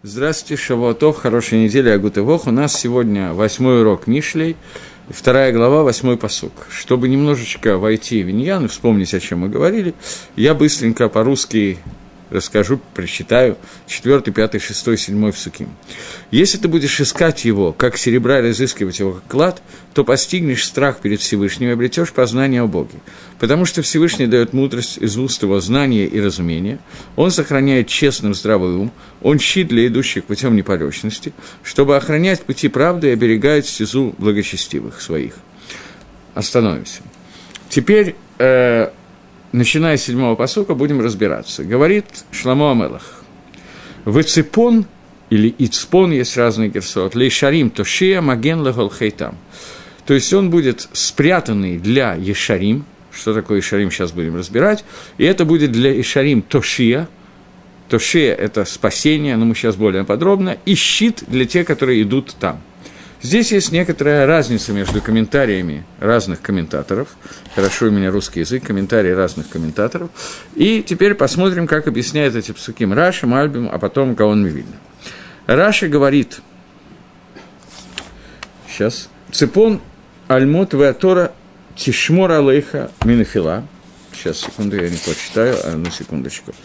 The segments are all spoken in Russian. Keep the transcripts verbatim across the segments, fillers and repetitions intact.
Здравствуйте, Шавуатов, хорошей недели, Агутывох. У нас сегодня восьмой урок Мишлей, вторая глава, восьмой пасук. Чтобы немножечко войти в иньян и вспомнить, о чем мы говорили, я быстренько по-русски расскажу, прочитаю четвёртый, пятый, шестой, седьмой псуким. Если ты будешь искать его, как серебра, разыскивать его как клад, то постигнешь страх перед Всевышним и обретешь познание о Боге. Потому что Всевышний дает мудрость из уст его знания и разумения, он сохраняет честным здравый ум, он щит для идущих путем непорочности, чтобы охранять пути правды и оберегает стезу благочестивых своих. Остановимся. Теперь... Э- Начиная с седьмого пасука, будем разбираться. Говорит Шломо ха-Мелех: «Веципон» или «Ицпон» есть разные герсот, «Лейшарим тошия маген легол хейтам». То есть он будет спрятанный для Ешарим. Что такое Ешарим, сейчас будем разбирать. И это будет для Ешарим тошия. Тошия – это спасение, но мы сейчас более подробно. И щит для тех, которые идут там. Здесь есть некоторая разница между комментариями разных комментаторов. Хорошо у меня русский язык, комментарии разных комментаторов. И теперь посмотрим, как объясняет эти псуким Раши, Мальбим, а потом Гаон Мивильна. Раши говорит, сейчас, «Ципон альмот веатора тишмор алейха минафила». Сейчас, секунду, я не то читаю, одну секундочку.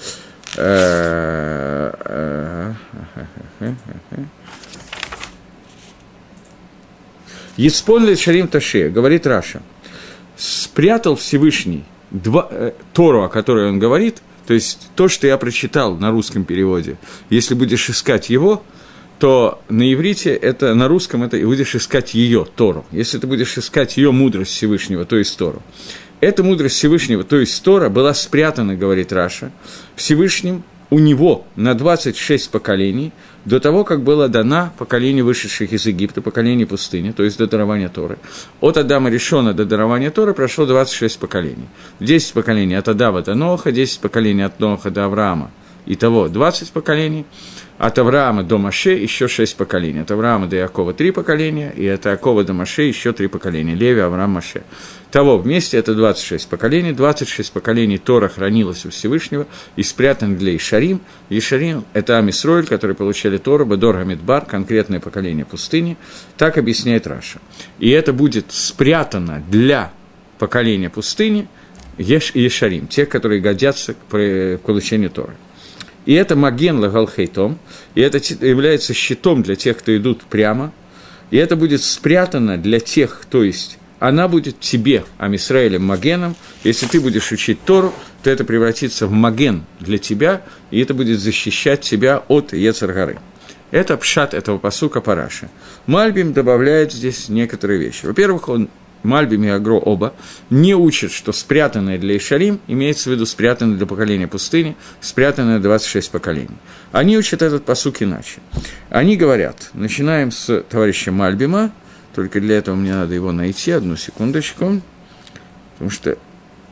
«Ецпон лешарим ташея», говорит Раша, спрятал Всевышний два, э, Тору, о которой он говорит, то есть то, что я прочитал на русском переводе, если будешь искать его, то на иврите это, на русском это, и будешь искать ее, Тору. Если ты будешь искать ее мудрость Всевышнего, то есть Тору. Эта мудрость Всевышнего, то есть Тора, была спрятана, говорит Раша, Всевышним у него на двадцать шесть поколений, до того, как была дана поколению вышедших из Египта, поколению пустыни, то есть до дарования Торы. От Адама Ришона до дарования Торы прошло двадцать шесть поколений. десять поколений от Адава до Ноха, десять поколений от Ноха до Авраама. Итого двадцать поколений. От Авраама до Моше еще шесть поколений. От Авраама до Иакова три поколения, и от Иакова до Моше еще три поколения. Леви, Авраам, Моше. Того вместе это двадцать шесть поколений. двадцать шесть поколений Тора хранилось у Всевышнего и спрятан для Ишарим. Ишарим – это Ам Исроэль, которые получали Тору, Бедор Гамидбар, конкретное поколение пустыни. Так объясняет Раша. И это будет спрятано для поколения пустыни Еш и Ешарим, тех, которые годятся к получению Торы. И это маген лагал хейтом, и это является щитом для тех, кто идут прямо, и это будет спрятано для тех, то есть она будет тебе, Ам Исраэлем, магеном. Если ты будешь учить Тору, то это превратится в маген для тебя, и это будет защищать тебя от Йецер гары. Это пшат этого пасука по Раши. Мальбим добавляет здесь некоторые вещи. Во-первых, он Мальбим и Агро оба не учат, что спрятанное для Ишарим имеется в виду спрятанное для поколения пустыни, спрятанное двадцать шесть поколений. Они учат этот пасук иначе. Они говорят, начинаем с товарища Мальбима, только для этого мне надо его найти, одну секундочку, потому что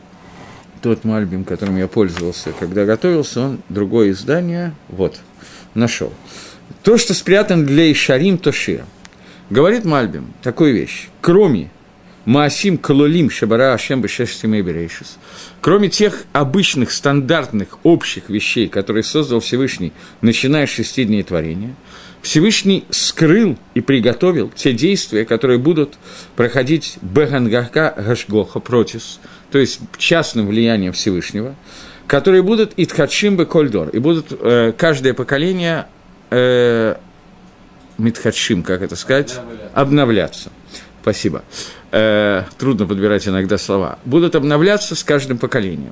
тот Мальбим, которым я пользовался, когда готовился, он другое издание, вот, нашел. То, что спрятано для Ишарим Тошия. Говорит Мальбим такую вещь, кроме Маасим Калолим Шабара Ашем Бешешсимей Берейшис. Кроме тех обычных, стандартных, общих вещей, которые создал Всевышний, начиная с шести дней творения, Всевышний скрыл и приготовил те действия, которые будут проходить Бегангака Гашгоха Протис, то есть частным влиянием Всевышнего, которые будут Итхадшим Бекольдор, и будут э, каждое поколение э, Митхадшим, как это сказать, обновляться. Спасибо. Э, трудно подбирать иногда слова. Будут обновляться с каждым поколением.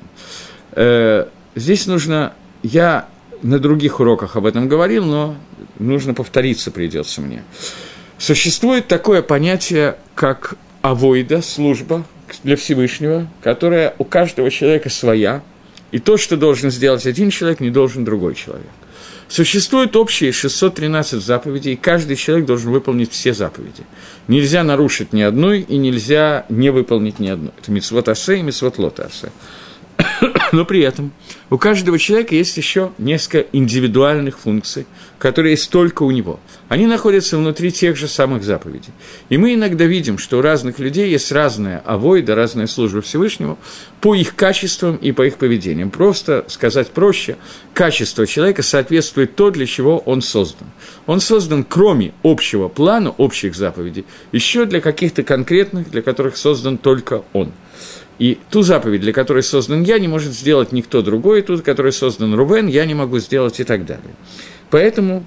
Э, здесь нужно... Я на других уроках об этом говорил, но нужно повториться придется мне. Существует такое понятие, как авойда, служба для Всевышнего, которая у каждого человека своя, и то, что должен сделать один человек, не должен другой человек. Существуют общие шестьсот тринадцать заповедей, и каждый человек должен выполнить все заповеди. Нельзя нарушить ни одной, и нельзя не выполнить ни одной. Это мицвот асе и мицвот лот асе. Но при этом у каждого человека есть еще несколько индивидуальных функций, которые есть только у него. Они находятся внутри тех же самых заповедей. И мы иногда видим, что у разных людей есть разная авойда, разная служба Всевышнему по их качествам и по их поведениям. Просто сказать проще, качество человека соответствует то, для чего он создан. Он создан, кроме общего плана, общих заповедей, еще для каких-то конкретных, для которых создан только он. И ту заповедь, для которой создан я, не может сделать никто другой, и ту, которой создан Рувен, я не могу сделать и так далее. Поэтому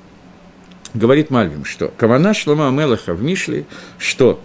говорит Мальбим, что Кавана Шломо Амелеха в Мишле, что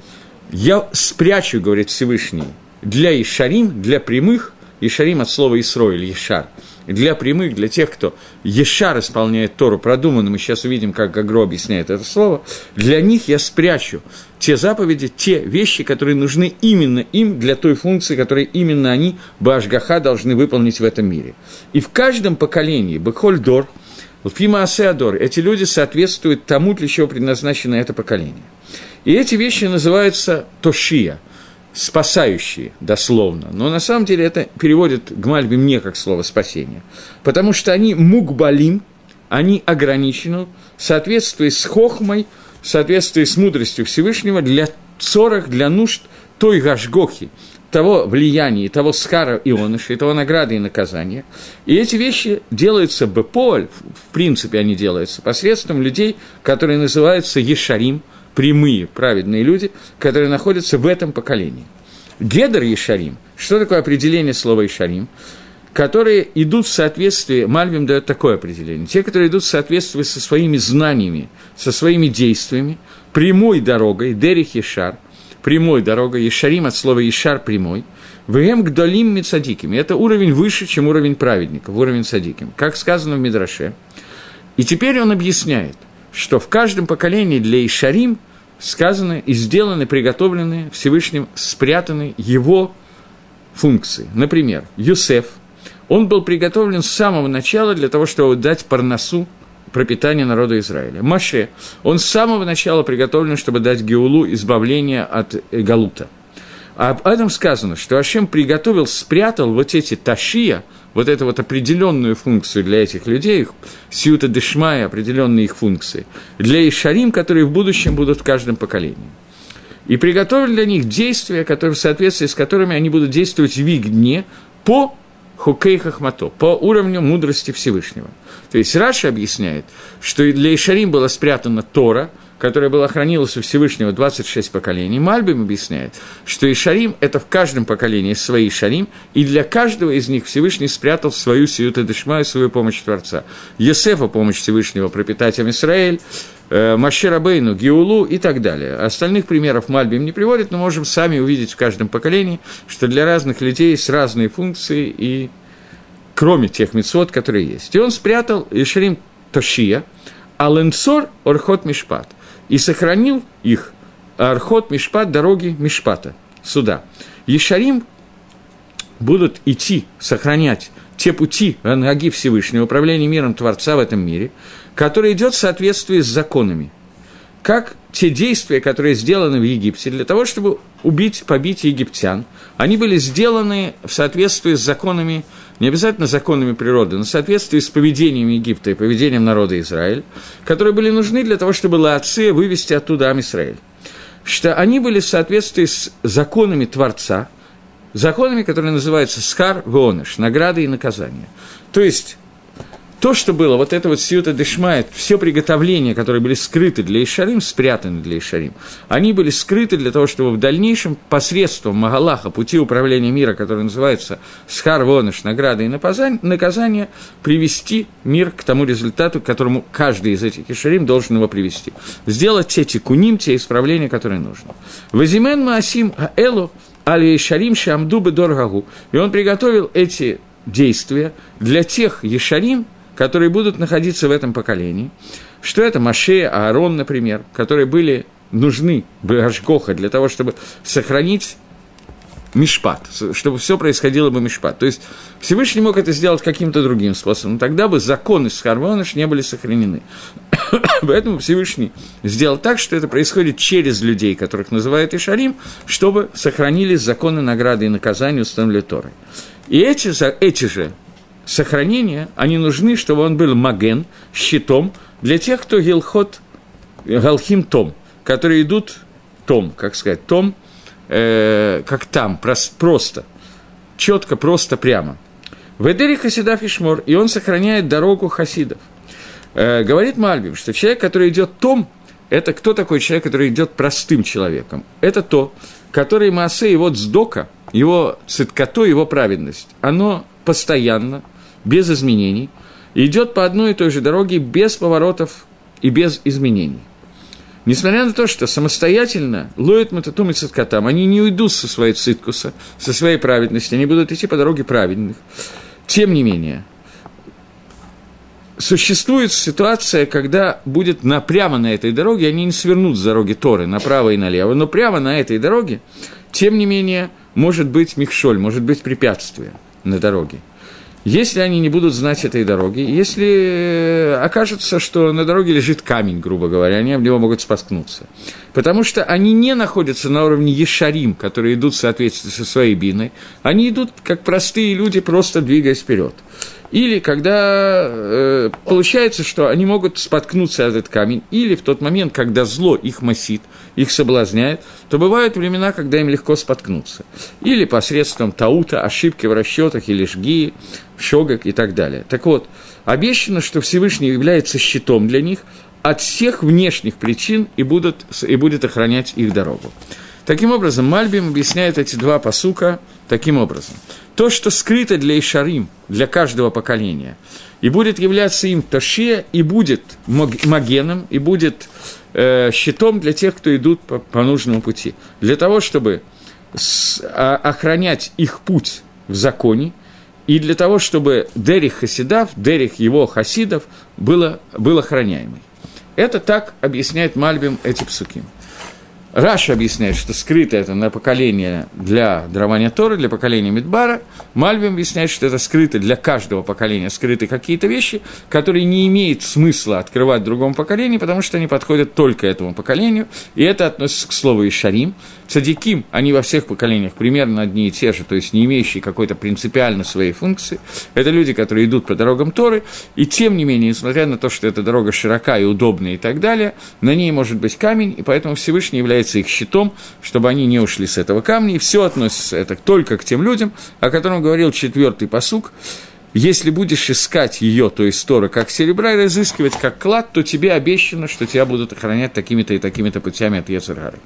я спрячу, говорит Всевышний, для Ишарим, для прямых, Ишарим от слова Исроиль, Ешар, для прямых, для тех, кто Ешар исполняет Тору продуманно, мы сейчас увидим, как Гагро объясняет это слово, для них я спрячу те заповеди, те вещи, которые нужны именно им для той функции, которые именно они, Баашгаха, должны выполнить в этом мире. И в каждом поколении, Бехоль Дор, Фима Асеадор, эти люди соответствуют тому, для чего предназначено это поколение. И эти вещи называются Тошия, спасающие, дословно. Но на самом деле это переводит Гмальбим не как слово «спасение», потому что они мукбалим, они ограничены в соответствии с хохмой, в соответствии с мудростью Всевышнего для цорах, для нужд той гашгохи, того влияния, того схара и оныша, и того награды и наказания. И эти вещи делаются беполь, в принципе они делаются посредством людей, которые называются ешарим, прямые, праведные люди, которые находятся в этом поколении. Гедер ешарим, что такое определение слова ешарим? Которые идут в соответствии, Мальбим дает такое определение, те, которые идут в соответствии со своими знаниями, со своими действиями, прямой дорогой, дерих ешар, прямой дорогой, ешарим от слова ешар прямой, вэм гдолим мицадиким, это уровень выше, чем уровень праведников, уровень садиким, как сказано в Мидраше. И теперь он объясняет, что в каждом поколении для ишарим сказаны и сделаны, приготовлены Всевышним, спрятаны его функции. Например, Юсеф, он был приготовлен с самого начала для того, чтобы дать парнасу, пропитание народу Израиля. Моше, он с самого начала приготовлен, чтобы дать геулу, избавление от галута. А об этом сказано, что Ашем приготовил, спрятал вот эти ташия, вот эту вот определенную функцию для этих людей, сиюта дешмая, определенные их функции, для ишарим, которые в будущем будут в каждом поколении. И приготовил для них действия, которые, в соответствии с которыми они будут действовать в их дне по хукей хахмато, по уровню мудрости Всевышнего. То есть Раши объясняет, что для ишарим была спрятана Тора, которая была хранилась у Всевышнего двадцать шесть поколений. Мальбим объясняет, что ишарим – это в каждом поколении свои ишарим, и для каждого из них Всевышний спрятал свою сиюта дешмаю, свою помощь Творца. Йосефа – помощь Всевышнего пропитать Ам-Исраэль, Моше Рабейну, Геулу и так далее. Остальных примеров Мальбим не приводит, но можем сами увидеть в каждом поколении, что для разных людей есть разные функции, и кроме тех мицвот, которые есть. И он спрятал ишарим Тошия, а ленцор орхот мишпат, и сохранил их архот мишпат, дороги мишпата, суда. Ешарим будут идти, сохранять те пути Гаги Всевышнего, управления миром Творца в этом мире, который идет в соответствии с законами, как те действия, которые сделаны в Египте для того, чтобы убить, побить египтян, они были сделаны в соответствии с законами, не обязательно законами природы, но в соответствии с поведением Египта и поведением народа Израиля, которые были нужны для того, чтобы Лаация вывести оттуда Ам-Исраэль. Что они были в соответствии с законами Творца, законами, которые называются схар веонеш, награды и наказания. То есть то, что было, вот это вот сиюта дешмая, все приготовления, которые были скрыты для ишарим, спрятаны для ишарим, они были скрыты для того, чтобы в дальнейшем посредством Магалаха, пути управления мира, который называется схар веонеш, награды и наказания, привести мир к тому результату, к которому каждый из этих ишарим должен его привести. Сделать те тикуним, те исправления, которые нужны. Вазимен маасим аэлу али ишарим шамду бедор гагу. И он приготовил эти действия для тех ешарим, которые будут находиться в этом поколении, что это Моше, Аарон, например, которые были нужны Башгоха для того, чтобы сохранить мишпат, чтобы все происходило бы мишпат. То есть Всевышний мог это сделать каким-то другим способом, тогда бы законы Схар-веонеш не были сохранены. Поэтому Всевышний сделал так, что это происходит через людей, которых называют Ишарим, чтобы сохранились законы награды и наказания, установленные Торой. И эти, эти же сохранения, они нужны, чтобы он был маген, щитом, для тех, кто гилхот, галхим том, которые идут том, как сказать, том, э, как там, просто, четко, просто, прямо. Ведери хасидав и шмор, и он сохраняет дорогу хасидов. Э, говорит Мальбим, что человек, который идет том, это кто такой человек, который идет простым человеком? Это то, который Маасе, его цдока, его циткато, его праведность, оно постоянно, без изменений, идет по одной и той же дороге, без поворотов и без изменений. Несмотря на то, что самостоятельно лоют мататум и циткатам, они не уйдут со своей циткуса, со своей праведности, они будут идти по дороге праведных. Тем не менее, существует ситуация, когда будет на, прямо на этой дороге, они не свернут с дороги Торы направо и налево, но прямо на этой дороге, тем не менее, может быть михшоль, может быть препятствие на дороге. Если они не будут знать этой дороги, если окажется, что на дороге лежит камень, грубо говоря, они об него могут споткнуться. Потому что они не находятся на уровне ешарим, которые идут в соответствии со своей биной, они идут как простые люди, просто двигаясь вперед. Или когда э, получается, что они могут споткнуться от этот камень, или в тот момент, когда зло их масит, их соблазняет, то бывают времена, когда им легко споткнуться. Или посредством таута, ошибки в расчетах, или жги, шогок и так далее. Так вот, обещано, что Всевышний является щитом для них от всех внешних причин и, будут, и будет охранять их дорогу. Таким образом, Мальбим объясняет эти два пасука таким образом. То, что скрыто для Ишарим, для каждого поколения, и будет являться им Тошия, и будет магеном, и будет э, щитом для тех, кто идут по, по нужному пути. Для того, чтобы с, а, охранять их путь в законе, и для того, чтобы Дерих Хасидав, Дерих его Хасидов, было, был охраняемый. Это так объясняет Мальбим эти псуки. Раша объясняет, что скрыто это на поколение для дарования Торы, для поколения Мидбара. Мальбим объясняет, что это скрыто для каждого поколения, скрыты какие-то вещи, которые не имеют смысла открывать другому поколению, потому что они подходят только этому поколению, и это относится к слову Ишарим. Цадиким, они во всех поколениях примерно одни и те же, то есть не имеющие какой-то принципиально своей функции. Это люди, которые идут по дорогам Торы, и тем не менее, несмотря на то, что эта дорога широка и удобная и так далее, на ней может быть камень, и поэтому Всевышний является их щитом, чтобы они не ушли с этого камня, и все относится это только к тем людям, о котором говорил четвертый пасук. Если будешь искать ее, то есть Тору, как серебра, и разыскивать как клад, то тебе обещано, что тебя будут охранять такими-то и такими-то путями от Йецер гары.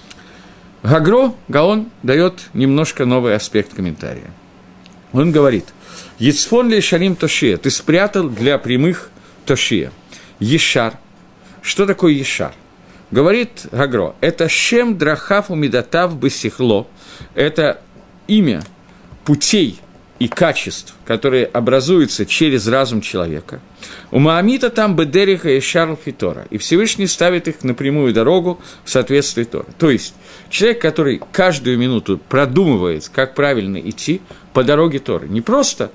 Гагро, Гаон, дает немножко новый аспект комментария. Он говорит, «Ецфон ли шарим тошия?» Ты спрятал для прямых тошия. Ешар. Что такое ешар? Говорит Гагро, это шем драхав умидатав бысихло, это имя путей и качеств, которые образуются через разум человека. У Маамита там бедериха и шарл фитора, и Всевышний ставит их на прямую дорогу в соответствии Торы. То есть человек, который каждую минуту продумывает, как правильно идти по дороге Торы, не просто...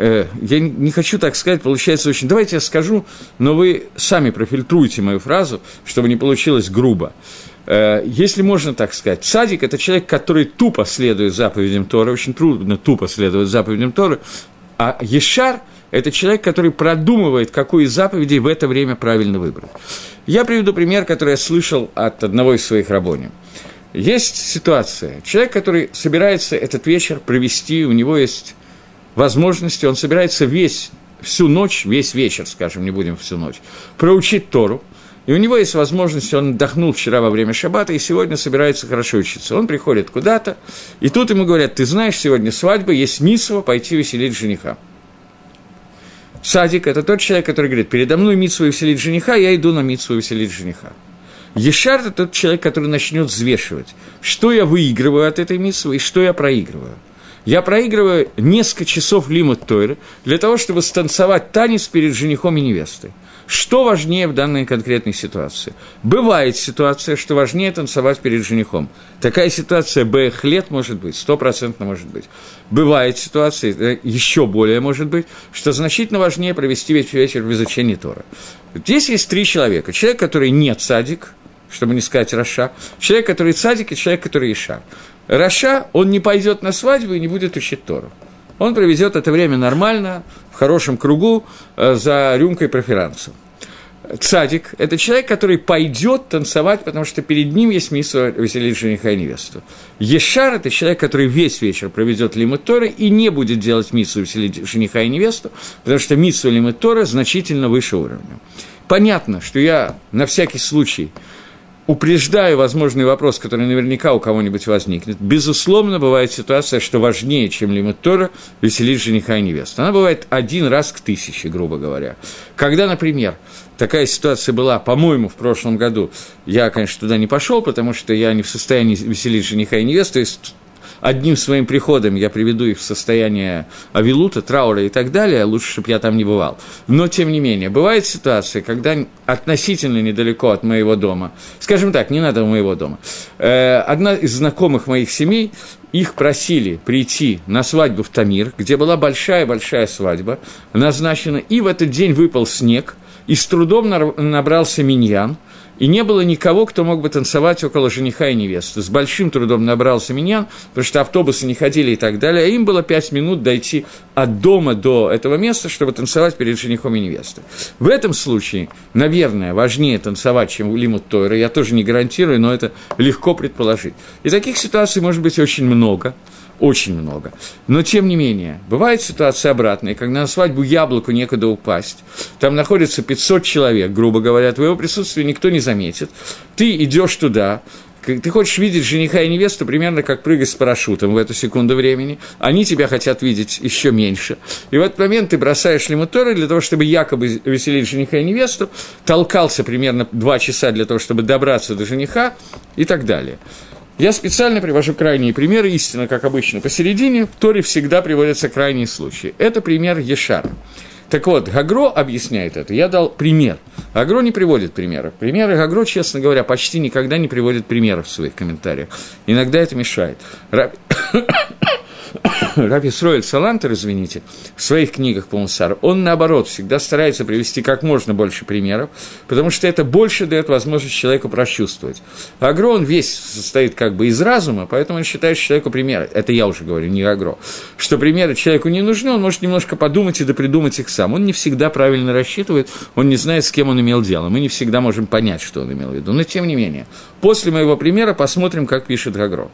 Я не хочу так сказать, получается очень... Давайте я скажу, но вы сами профильтруйте мою фразу, чтобы не получилось грубо. Если можно так сказать, цадик – это человек, который тупо следует заповедям Торы, очень трудно тупо следовать заповедям Торы, а ешар – это человек, который продумывает, какую из заповедей в это время правильно выбрать. Я приведу пример, который я слышал от одного из своих рабоним. Есть ситуация, человек, который собирается этот вечер провести, у него есть... возможности, он собирается весь, всю ночь, весь вечер, скажем, не будем всю ночь, проучить Тору, и у него есть возможность, он отдохнул вчера во время шаббата, и сегодня собирается хорошо учиться. Он приходит куда-то, и тут ему говорят, ты знаешь, сегодня свадьба, есть мицва, пойти веселить жениха. Садик – это тот человек, который говорит, передо мной мицва веселить жениха, я иду на мицву веселить жениха. Ешар – это тот человек, который начнет взвешивать, что я выигрываю от этой мицвы и что я проигрываю. Я проигрываю несколько часов лимут Тойры для того, чтобы станцевать танец перед женихом и невестой. Что важнее в данной конкретной ситуации? Бывает ситуация, что важнее танцевать перед женихом. Такая ситуация бэхлет может быть, стопроцентно может быть. Бывает ситуация, еще более может быть, что значительно важнее провести весь вечер в изучении Тора. Здесь есть три человека. Человек, который не цадик, чтобы не сказать раша, человек, который цадик, и человек, который ешар. Раша, он не пойдет на свадьбу и не будет учить Тору. он проведет это время нормально, в хорошем кругу, за рюмкой проферанса. Цадик – это человек, который пойдет танцевать, потому что перед ним есть миссва веселить жениха и невесту. Ешар – это человек, который весь вечер проведет лимут Торы и не будет делать миссву веселить жениха и невесту, потому что миссва лимут Торы значительно выше уровня. Понятно, что я на всякий случай упреждаю возможный вопрос, который наверняка у кого-нибудь возникнет. Безусловно, бывает ситуация, что важнее, чем лимут Тора, веселить жениха и невесту. Она бывает один раз к тысяче, грубо говоря. Когда, например, такая ситуация была, по-моему, в прошлом году, я, конечно, туда не пошел, потому что я не в состоянии веселить жениха и невесту, то есть одним своим приходом я приведу их в состояние авилута, траура и так далее, лучше, чтобы я там не бывал. Но, тем не менее, бывает ситуация, когда относительно недалеко от моего дома, скажем так, не надо моего дома, э, одна из знакомых моих семей, их просили прийти на свадьбу в Тамир, где была большая-большая свадьба, назначена, и в этот день выпал снег, и с трудом набрался миньян, и не было никого, кто мог бы танцевать около жениха и невесты. С большим трудом набрался миньян, потому что автобусы не ходили и так далее, а им было пять минут дойти от дома до этого места, чтобы танцевать перед женихом и невестой. В этом случае, наверное, важнее танцевать, чем лимут Тойры. Я тоже не гарантирую, но это легко предположить. И таких ситуаций может быть очень много. Очень много. Но, тем не менее, бывает ситуация обратная, когда на свадьбу яблоку некуда упасть, там находится пятьсот человек, грубо говоря, твоего присутствия никто не заметит, ты идешь туда, ты хочешь видеть жениха и невесту примерно как прыгать с парашютом в эту секунду времени, они тебя хотят видеть еще меньше, и в этот момент ты бросаешь лимут Торы для того, чтобы якобы веселить жениха и невесту, толкался примерно два часа для того, чтобы добраться до жениха и так далее. Я специально привожу крайние примеры, истинно, как обычно, посередине, в Торе всегда приводятся крайние случаи. Это пример Ешара. Так вот, Гагро объясняет это, я дал пример. Гагро не приводит примеров. Примеры Гагро, честно говоря, почти никогда не приводит примеров в своих комментариях. Иногда это мешает. Рав Исроэль Салантер, извините, в своих книгах по Мусару, он, наоборот, всегда старается привести как можно больше примеров, потому что это больше дает возможность человеку прочувствовать. Агро, он весь состоит как бы из разума, поэтому он считает, что человеку примеры, это я уже говорю, не Агро, что примеры человеку не нужны, он может немножко подумать и допридумать их сам. Он не всегда правильно рассчитывает, он не знает, с кем он имел дело, мы не всегда можем понять, что он имел в виду. Но, тем не менее, после моего примера посмотрим, как пишет Агро.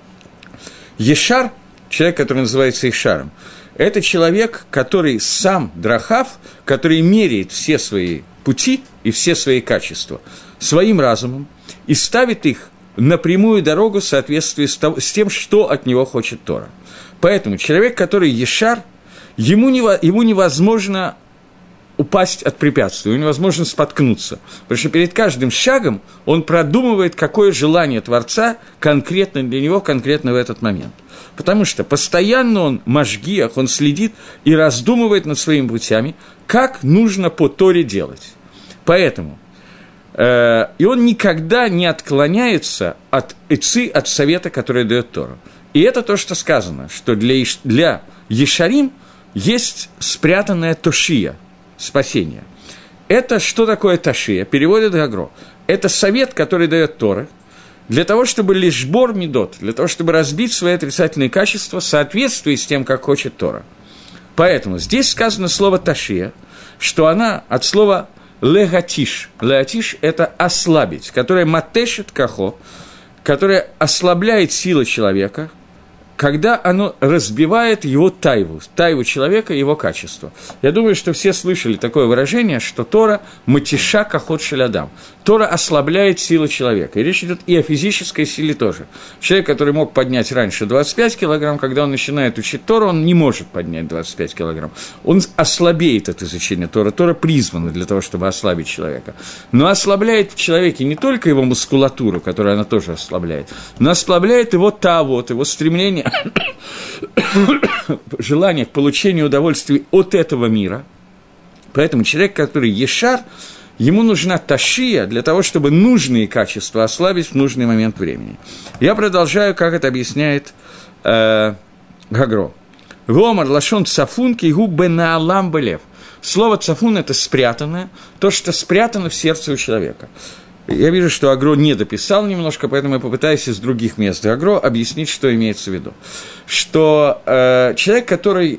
Ешар, человек, который называется Ишаром, это человек, который сам Драхав, который меряет все свои пути и все свои качества своим разумом и ставит их на прямую дорогу в соответствии с тем, что от него хочет Тора. Поэтому человек, который Ешар, ему, ему невозможно упасть от препятствий, ему невозможно споткнуться, потому что перед каждым шагом он продумывает, какое желание Творца конкретно для него, конкретно в этот момент. Потому что постоянно он машгиах, он следит и раздумывает над своими путями, как нужно по Торе делать. Поэтому, э, и он никогда не отклоняется от эци, от совета, который дает Тора. И это то, что сказано, что для, для Ешарим есть спрятанная тошия, спасение. Это что такое тошия? Переводит Гагро. Это совет, который дает Тора, для того, чтобы лишбор мидот, для того, чтобы разбить свои отрицательные качества в соответствии с тем, как хочет Тора. Поэтому здесь сказано слово «ташия», что она от слова «легатиш». «Легатиш» – это «ослабить», которое «матешет кахо», которое ослабляет силы человека, когда оно разбивает его тайву, тайву человека и его качество. Я думаю, что все слышали такое выражение, что Тора «матиша кахот шелядам». Тора ослабляет силы человека. И речь идет и о физической силе тоже. Человек, который мог поднять раньше двадцать пять килограмм, когда он начинает учить Тору, он не может поднять двадцать пять килограмм. Он ослабеет от изучения Тора. Тора призвана для того, чтобы ослабить человека. Но ослабляет в человеке не только его мускулатуру, которую она тоже ослабляет, но ослабляет его тавот, его стремление, желание к получению удовольствия от этого мира. Поэтому человек, который ешар, ему нужна ташия для того, чтобы нужные качества ослабить в нужный момент времени. Я продолжаю, как это объясняет э, Гагро. «Вомар лашон цафун кигу бенаалам белев». Слово «цафун» – это спрятанное, то, что спрятано в сердце у человека. Я вижу, что Агро не дописал немножко, поэтому я попытаюсь из других мест Агро объяснить, что имеется в виду. Что э, человек, который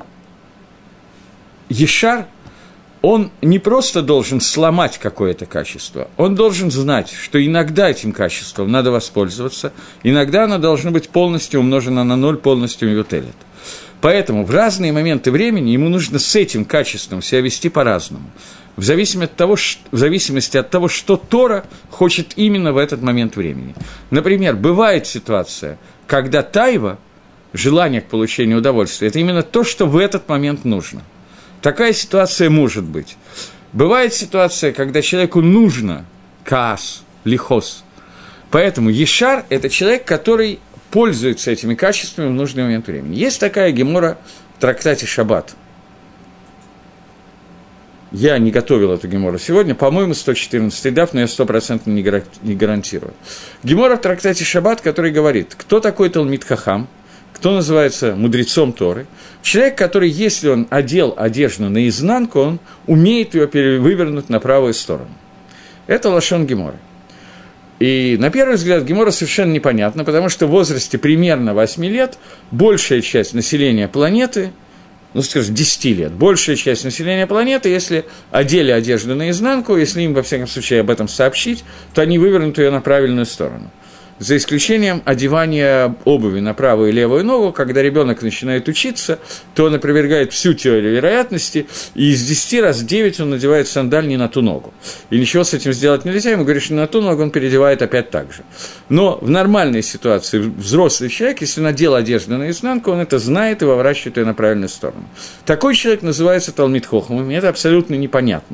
ешар, он не просто должен сломать какое-то качество, он должен знать, что иногда этим качеством надо воспользоваться, иногда оно должно быть полностью умножено на ноль, полностью мивутелет. Поэтому в разные моменты времени ему нужно с этим качеством себя вести по-разному, в зависимости от того, что, в зависимости от того, что Тора хочет именно в этот момент времени. Например, бывает ситуация, когда тайва, желание к получению удовольствия, это именно то, что в этот момент нужно. Такая ситуация может быть. Бывает ситуация, когда человеку нужно каас, лихос. Поэтому ешар – это человек, который пользуется этими качествами в нужный момент времени. Есть такая гемора в трактате «Шаббат». Я не готовил эту гемору сегодня, по-моему, сто четырнадцатый дав, но я стопроцентно не гарантирую. Гемора в трактате «Шаббат», который говорит, кто такой Талмид Хахам, кто называется мудрецом Торы. Человек, который, если он одел одежду наизнанку, он умеет ее вывернуть на правую сторону. Это лашон гемора. И на первый взгляд гемора совершенно непонятно, потому что в возрасте примерно восьми лет большая часть населения планеты, ну, скажем, десяти лет, большая часть населения планеты, если одели одежду наизнанку, если им, во всяком случае, об этом сообщить, то они вывернут ее на правильную сторону. За исключением одевания обуви на правую и левую ногу, когда ребенок начинает учиться, то он опровергает всю теорию вероятности, и из десяти раз девять он надевает сандаль не на ту ногу. И ничего с этим сделать нельзя, ему говоришь, что на ту ногу он переодевает опять так же. Но в нормальной ситуации взрослый человек, если надел одежду наизнанку, он это знает и выворачивает ее на правильную сторону. Такой человек называется Талмид Хохам, и это абсолютно непонятно.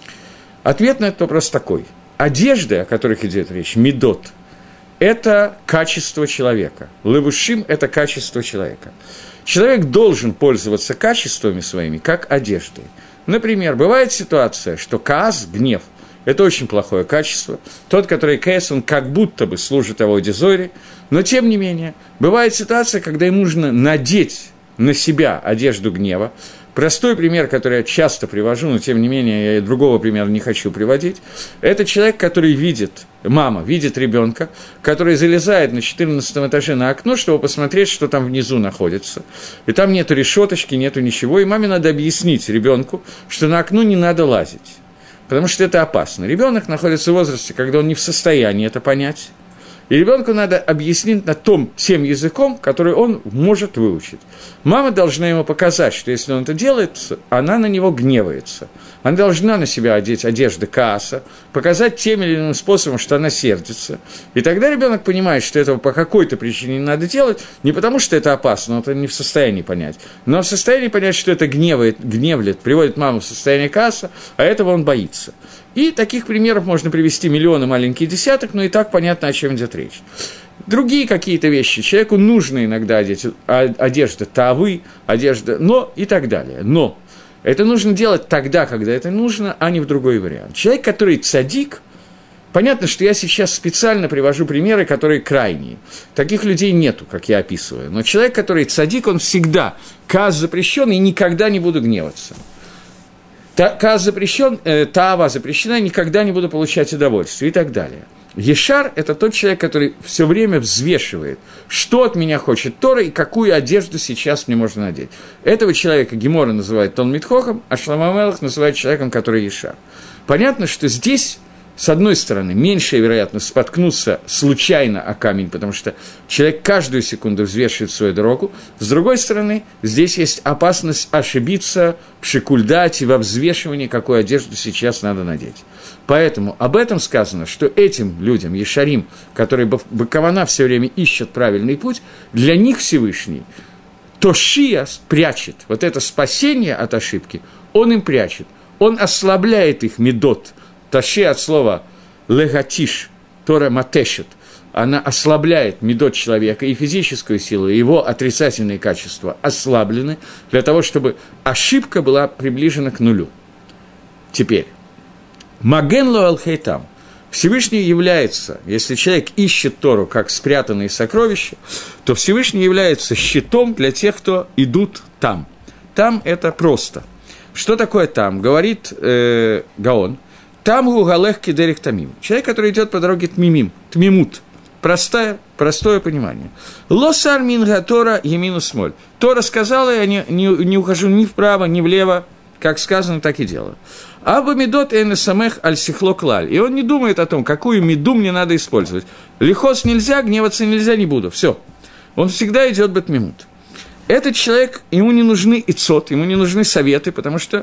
Ответ на этот вопрос такой. Одежды, о которых идет речь, мидот – это качество человека. Левушим – это качество человека. Человек должен пользоваться качествами своими, как одеждой. Например, бывает ситуация, что каас, гнев, это очень плохое качество. Тот, который каас, он как будто бы служит авойде зойре, но тем не менее, бывает ситуация, когда ему нужно надеть на себя одежду гнева. Простой пример, который я часто привожу, но тем не менее я другого примера не хочу приводить, это человек, который видит, мама видит ребенка, который залезает на четырнадцатом этаже на окно, чтобы посмотреть, что там внизу находится. И там нету решеточки, нету ничего, и маме надо объяснить ребенку, что на окно не надо лазить, потому что это опасно. Ребенок находится в возрасте, когда он не в состоянии это понять. И ребенку надо объяснить на том, тем языком, который он может выучить. Мама должна ему показать, что если он это делает, она на него гневается. Она должна на себя одеть одежды кааса, показать тем или иным способом, что она сердится. И тогда ребенок понимает, что этого по какой-то причине не надо делать, не потому что это опасно, он это не в состоянии понять, но в состоянии понять, что это гневает, гневлет, приводит маму в состояние кааса, а этого он боится. И таких примеров можно привести миллионы, маленькие десяток, но и так понятно, о чем идет речь. Другие какие-то вещи. Человеку нужно иногда одеть одежда тавы, одежда, но и так далее. Но это нужно делать тогда, когда это нужно, а не в другой вариант. Человек, который цадик, понятно, что я сейчас специально привожу примеры, которые крайние. Таких людей нету, как я описываю. Но человек, который цадик, он всегда каас запрещен и никогда не буду гневаться. Каас запрещен, э, таава запрещена, никогда не буду получать удовольствие и так далее. Ешар – это тот человек, который все время взвешивает, что от меня хочет Тора и какую одежду сейчас мне можно надеть. Этого человека Гемора называет Талмид Хохам, а Шломо ха-Мелех называет человеком, который Ешар. Понятно, что здесь, с одной стороны, меньшая вероятность споткнуться случайно о камень, потому что человек каждую секунду взвешивает свою дорогу. С другой стороны, здесь есть опасность ошибиться в шикульдате, во взвешивании, какую одежду сейчас надо надеть. Поэтому об этом сказано, что этим людям, ешарим, которые бакавана все время ищут правильный путь, для них Всевышний тошия прячет, вот это спасение от ошибки, он им прячет, он ослабляет их медот. Таши от слова легатиш, Тора матешет, она ослабляет медот человека и физическую силу, и его отрицательные качества ослаблены для того, чтобы ошибка была приближена к нулю. Теперь, маген ло алхейтам, Всевышний является, если человек ищет Тору как спрятанные сокровища, то Всевышний является щитом для тех, кто идут там. Там это просто. Что такое там? Говорит э, Гаон. Там гугалех кидерих тамим. Человек, который идет по дороге тмимим, тмимут. Простое, простое понимание. Лосар минга Тора емину смоль. Тора сказала, я не, не, не ухожу ни вправо, ни влево, как сказано, так и делаю. Аба медот эйн самех аль сихло клаль. И он не думает о том, какую меду мне надо использовать. Лихос нельзя, гневаться нельзя, не буду. Все. Он всегда идет бетмимут. Этот человек, ему не нужны ицот, ему не нужны советы, потому что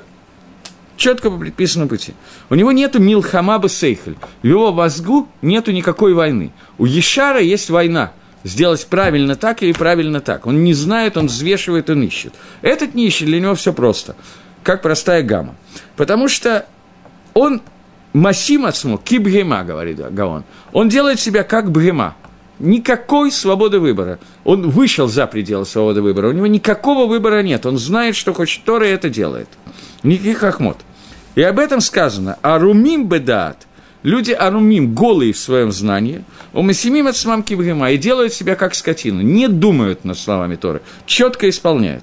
четко по предписанному пути. У него нету милхама бесейхель. В его мозгу нету никакой войны. У Ешара есть война. Сделать правильно так или правильно так. Он не знает, он взвешивает, он ищет. Этот не ищет, для него все просто. Как простая гамма. Потому что он масим ацмо, ки бгема, говорит Гаон. Он делает себя как бгема. Никакой свободы выбора. Он вышел за пределы свободы выбора. У него никакого выбора нет. Он знает, что хочет Тора, и это делает. Никаких хохмот. И об этом сказано. Арумим бедаат. Люди арумим, голые в своем знании. Умасимим от смамки бгема. И делают себя как скотину. Не думают над словами Торы. Четко исполняют.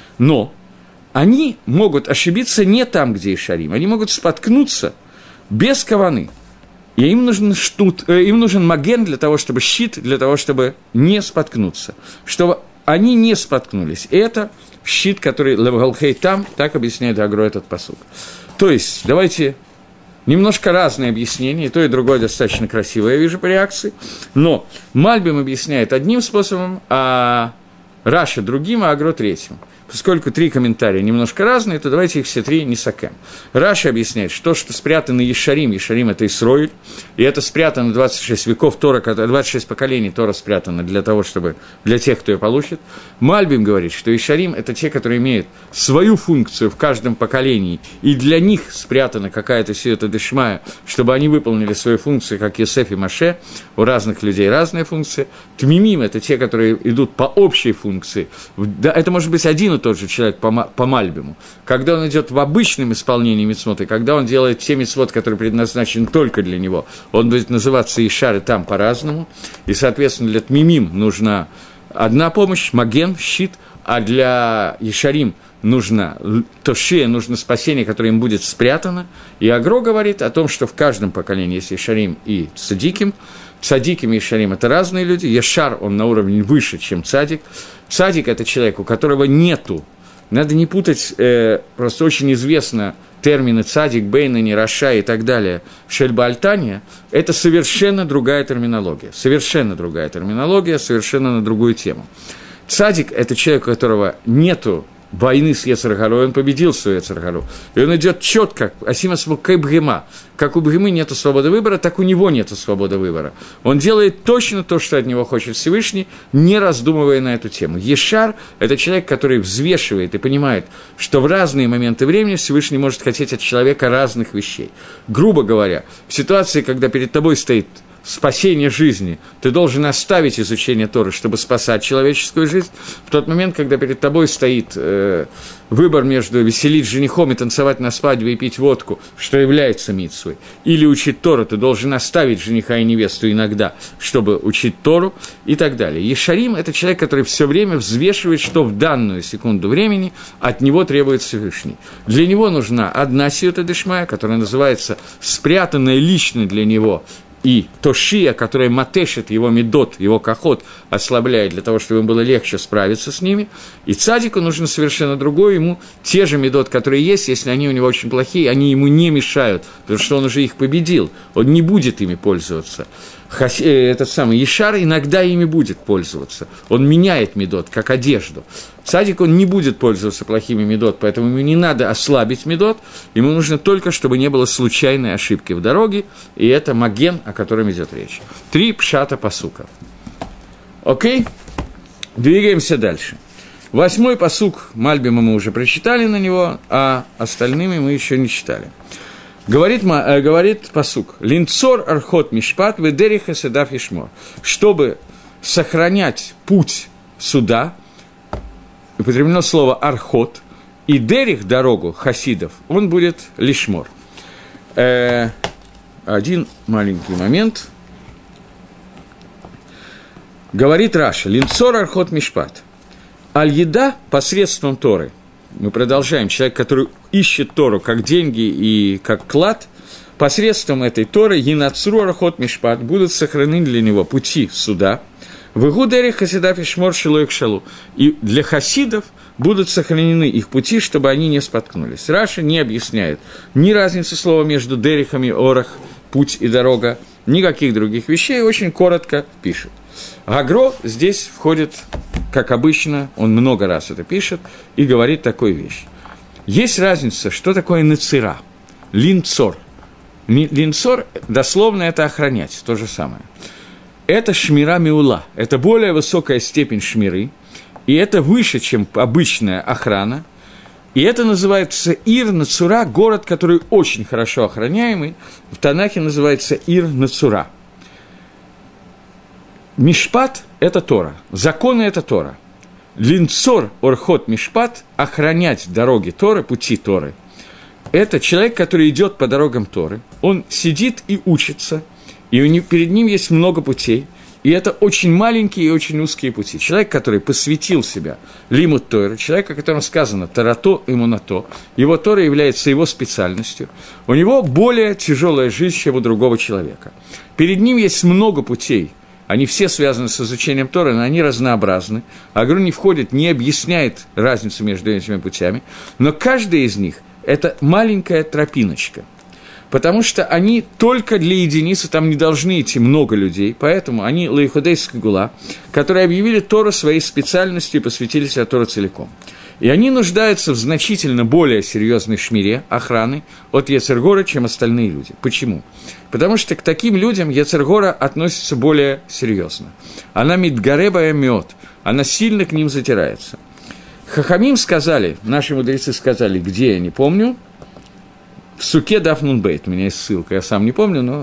Но они могут ошибиться не там, где Ишарим. Они могут споткнуться без каваны. И им нужен, штут, э, им нужен маген для того, чтобы щит, для того, чтобы не споткнуться. Чтобы они не споткнулись. И это щит, который левгалхей там, так объясняет Агро этот пасук. То есть, давайте немножко разные объяснения, и то, и другое достаточно красивое, я вижу по реакции. Но Мальбим объясняет одним способом, а Раша другим, а Агро третьим. Поскольку три комментария немножко разные, то давайте их все три не сакем. Раши объясняет, что, что спрятано Ешарим, Ешарим – это Исроиль, и это спрятано двадцать шесть веков Тора, двадцать шесть поколений Тора спрятано для того, чтобы, для тех, кто ее получит. Мальбим говорит, что Ешарим – это те, которые имеют свою функцию в каждом поколении, и для них спрятана какая-то сиюта дешмая, чтобы они выполнили свою функцию, как Йосеф и Моше, у разных людей разные функции. Тмимим – это те, которые идут по общей функции. Это может быть один и тот же человек по, по Мальбиму, когда он идет в обычном исполнении мицвот, и когда он делает те мицвот, которые предназначены только для него, он будет называться Ишар и там по-разному, и, соответственно, для Тмимим нужна одна помощь, маген, щит, а для Ишарим нужно тошия, нужно спасение, которое им будет спрятано, и Агро говорит о том, что в каждом поколении есть Ишарим и Цадиким. Цадиким и Ешарим – это разные люди. Ешар, он на уровне выше, чем цадик. Цадик – это человек, у которого нету. Надо не путать, э, просто очень известно термины цадик, бейнани, раша и так далее. Шельба-альтания – это совершенно другая терминология. Совершенно другая терминология, совершенно на другую тему. Цадик – это человек, у которого нету войны с Ецер-Гарой, он победил свою Ецер-Гару. И он идет четко, асимас бгема. Как у бгемы нет свободы выбора, так у него нет свободы выбора. Он делает точно то, что от него хочет Всевышний, не раздумывая на эту тему. Ешар – это человек, который взвешивает и понимает, что в разные моменты времени Всевышний может хотеть от человека разных вещей. Грубо говоря, в ситуации, когда перед тобой стоит спасение жизни, ты должен оставить изучение Торы, чтобы спасать человеческую жизнь. В тот момент, когда перед тобой стоит э, выбор между веселить женихом и танцевать на свадьбе и пить водку, что является мицвой, или учить Тору, ты должен оставить жениха и невесту иногда, чтобы учить Тору и так далее. Ешарим – это человек, который все время взвешивает, что в данную секунду времени от него требует Всевышний. Для него нужна одна сиюта дешмая, которая называется «спрятанная лично для него», и тошия, которая матешит его медот, его кахот, ослабляет для того, чтобы ему было легче справиться с ними. И цадику нужно совершенно другое, ему те же медот, которые есть, если они у него очень плохие, они ему не мешают, потому что он уже их победил, он не будет ими пользоваться. Этот самый Ешар иногда ими будет пользоваться. Он меняет медот, как одежду. Цадик, он не будет пользоваться плохими медот, поэтому ему не надо ослабить медот, ему нужно только, чтобы не было случайной ошибки в дороге, и это маген, о котором идет речь. Три пшата пасука. Окей? Двигаемся дальше. Восьмой пасук Мальбима мы уже прочитали на него, а остальными мы еще не читали. Говорит, э, говорит пасук, «Линцор архот мишпат ведериха седав ишмор», чтобы сохранять путь суда, употреблено слово «архот», и дерих, дорогу хасидов, он будет лишмор. Э, один маленький момент. Говорит Раша, «Линцор архот мишпат». Аль-еда посредством Торы. Мы продолжаем. Человек, который ищет Тору как деньги и как клад, посредством этой Торы Енацру Архот Мишпат будут сохранены для него пути суда, в Игу Дерих Хасидав и Шмор Шилой Кшалу, и для хасидов будут сохранены их пути, чтобы они не споткнулись. Раша не объясняет ни разницы слова между Дерихами, Орах, путь и дорога, никаких других вещей, очень коротко пишет. Гагро здесь входит, как обычно, он много раз это пишет, и говорит такую вещь. Есть разница, что такое нецира, линцор. Линцор, дословно, это охранять, то же самое. Это шмира миула, это более высокая степень шмиры, и это выше, чем обычная охрана, и это называется Ир Нацура, город, который очень хорошо охраняемый, в Танахе называется Ир Нацура. Мишпат – это Тора, законы – это Тора. Линцор Орхот Мишпат – охранять дороги Торы, пути Торы. Это человек, который идет по дорогам Торы, он сидит и учится, и у него, перед ним есть много путей, и это очень маленькие и очень узкие пути. Человек, который посвятил себя лимут Торы, человек, о котором сказано «тарато и мунато», его Тора является его специальностью, у него более тяжелая жизнь, чем у другого человека. Перед ним есть много путей, они все связаны с изучением Торы, но они разнообразны. Агро не входит, не объясняет разницу между этими путями, но каждая из них – это маленькая тропиночка. Потому что они только для единицы, там не должны идти много людей, поэтому они Лейходей Скагула, которые объявили Тору своей специальностью и посвятили себя Тору целиком. И они нуждаются в значительно более серьезной шмире, охраны от Ецер-Гора, чем остальные люди. Почему? Потому что к таким людям Ецер-Гора относится более серьезно. Она мидгареба мед, она сильно к ним затирается. Хахамим сказали, наши мудрецы сказали, где, я не помню, в Суке Даф Нун Бейт, у меня есть ссылка, я сам не помню, но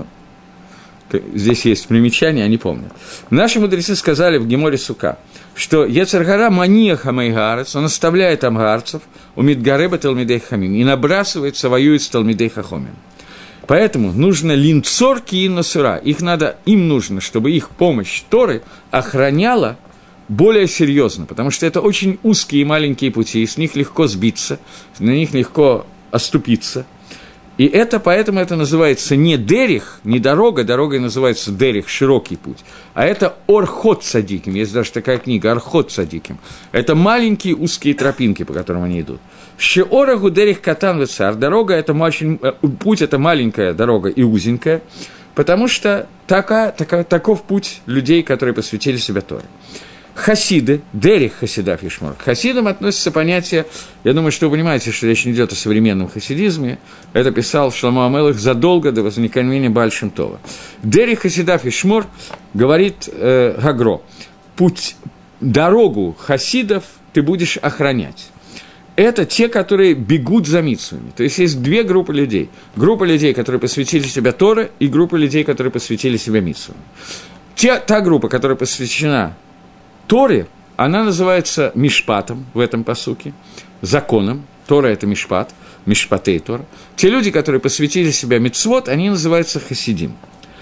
здесь есть примечание, я не помню. Наши мудрецы сказали в Геморе Сука, что Ецер-Гора мания хамайгарец, он оставляет амгарцев у Мидгареба Талмидей Хамим и набрасывается, воюет с Талмидей Хахомим. Поэтому нужно линцор киин насура, их надо, им нужно, чтобы их помощь Торы охраняла более серьезно, потому что это очень узкие и маленькие пути, и с них легко сбиться, на них легко оступиться. И это, поэтому это называется не дерих, не дорога, дорогой называется дерих, широкий путь, а это орхот садиким, есть даже такая книга, орхот садиким. Это маленькие узкие тропинки, по которым они идут. Шеорагу дерих катан вецар, дорога, это очень, путь это маленькая дорога и узенькая, потому что така, така, таков путь людей, которые посвятили себя Торе. Хасиды, дерих хасидав и шмор. К хасидам относится понятие, я думаю, что вы понимаете, что речь не идет о современном хасидизме, это писал Шломо ха-Мелех задолго до возникновения Бааль Шем Това. Дерих хасидав и шмор, говорит э, Гагро, путь, дорогу хасидов ты будешь охранять. Это те, которые бегут за мицвами. То есть есть две группы людей. Группа людей, которые посвятили себя Торе, и группа людей, которые посвятили себя мицвам. Те, та группа, которая посвящена Торе, она называется мишпатом в этом пасуке, законом. Тора – это мишпат, мишпатей Тора. Те люди, которые посвятили себя мицвот, они называются хасидим.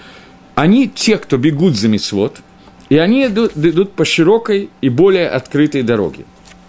Они те, кто бегут за мицвот, и они идут, идут по широкой и более открытой дороге.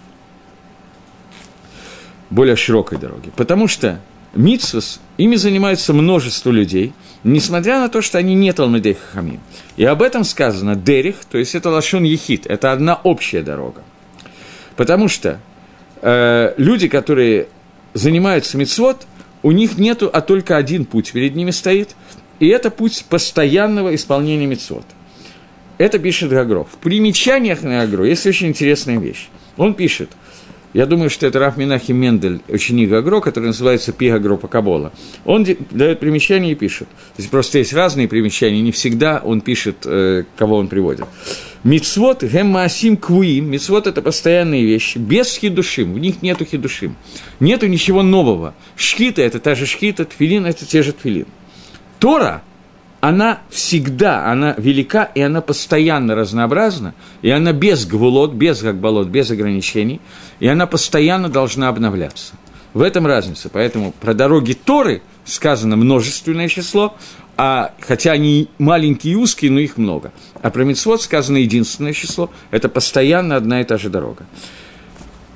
Более широкой дороге. Потому что мицвос, ими занимается множество людей, несмотря на то, что они не Талмидей Хахамим. И об этом сказано дерих, то есть это лашон ехид, это одна общая дорога. Потому что э, люди, которые занимаются мицвот, у них нету, а только один путь перед ними стоит, и это путь постоянного исполнения мицвот. Это пишет Гагро. В примечаниях на Гагро есть очень интересная вещь. Он пишет, я думаю, что это Рав Менахем Мендель, ученик Гагро, который называется Пи Гагро по Кабола. Он дает примечания и пишет. Здесь просто есть разные примечания, не всегда он пишет, э, кого он приводит. Мицвот гэм маасим квуим. Мицвот – это постоянные вещи, без хидушим, в них нету хидушим. Нету ничего нового. Шхита – это та же шхита, тфилин – это те же тфилин. Тора, она всегда, она велика, и она постоянно разнообразна, и она без гвулот, без гагбалот, без ограничений, и она постоянно должна обновляться. В этом разница. Поэтому про дороги Торы сказано множественное число, а, хотя они маленькие и узкие, но их много. А про мицвот сказано единственное число, это постоянно одна и та же дорога.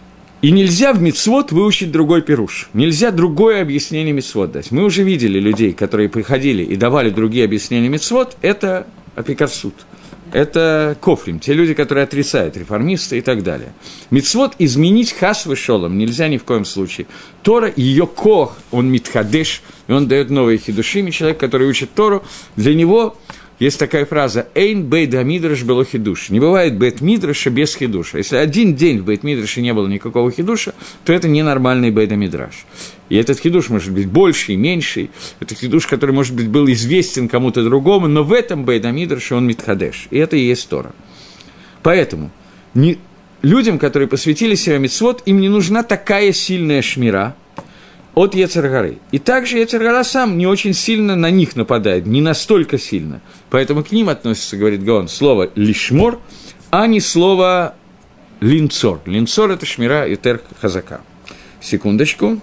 И нельзя в мицвот выучить другой пируш. Нельзя другое объяснение мицвот дать. Мы уже видели людей, которые приходили и давали другие объяснения мицвот. Это апикарсут. Это кофлим. Те люди, которые отрицают, реформисты и так далее. Мицвот изменить хас вышолом нельзя ни в коем случае. Тора, ее кох, он митхадеш, и он дает новые хидушим. И человек, который учит Тору, для него... Есть такая фраза «Эйн бейт мидраш было хидуш». Не бывает бейт мидраша без хидуша. Если один день в бейт мидраше не было никакого хидуша, то это ненормальный бейт мидраш. И этот хидуш может быть больший, меньший. Это хидуш, который, может быть, был известен кому-то другому, но в этом бейт мидраше он митхадеш. И это и есть Тора. Поэтому не, людям, которые посвятили себя мицвот, им не нужна такая сильная шмира от Йецер гары. И также Йецер гара сам не очень сильно на них нападает, не настолько сильно. Поэтому к ним относится, говорит Гаон, слово «лишмор», а не слово «линцор». Линцор – это шмира Ютер хазака. Секундочку.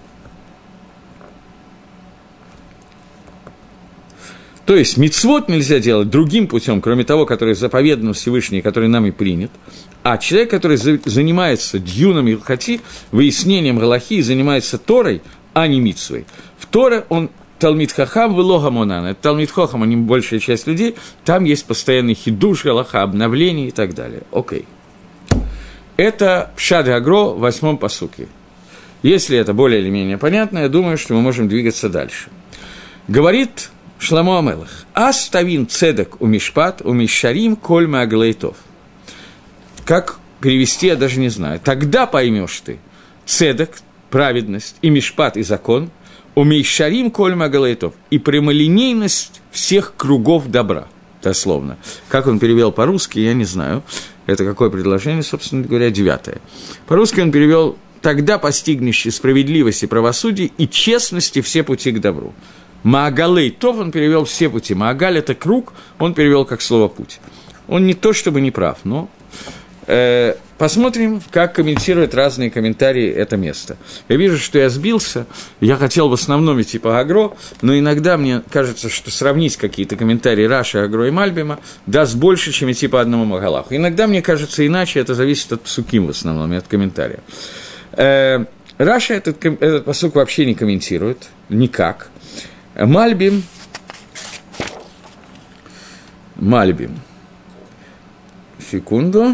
То есть мицвот нельзя делать другим путем, кроме того, который заповедан Всевышний, который нами принят. А человек, который занимается дьюном илхати, выяснением галахи, занимается Торой, а не мицвой. В Торе он Талмид Хахам вело Монан. Это Талмид Хохам, а не большая часть людей. Там есть постоянный хидуш, галаха, обновление и так далее. Окей. Это Пшат Гагро в восьмом пасуке. Если это более или менее понятно, я думаю, что мы можем двигаться дальше. Говорит Шломо Амелех: «Аставин цедек у мишпат, у мишарим коль мааглейтов». Как перевести, я даже не знаю. Тогда поймешь ты цедек, праведность, и мишпат, и закон, у мишарим коль мааглейтов, и прямолинейность всех кругов добра, дословно. Как он перевел по-русски, я не знаю. Это какое предложение, собственно говоря, девятое. По-русски он перевел: «Тогда постигнешь справедливости, правосудия и честности все пути к добру». Маагалей Тов он перевел все пути. Маагаль – это круг, он перевел как слово «путь». Он не то чтобы не прав, но э, посмотрим, как комментируют разные комментарии это место. Я вижу, что я сбился, я хотел в основном идти по Агро, но иногда мне кажется, что сравнить какие-то комментарии Раши, Агро и Мальбима даст больше, чем идти по одному Магалаху. Иногда мне кажется иначе, это зависит от псуким в основном и от комментария. Э, Раша этот, этот пасук вообще не комментирует, никак. Мальбим, Мальбим, секунду,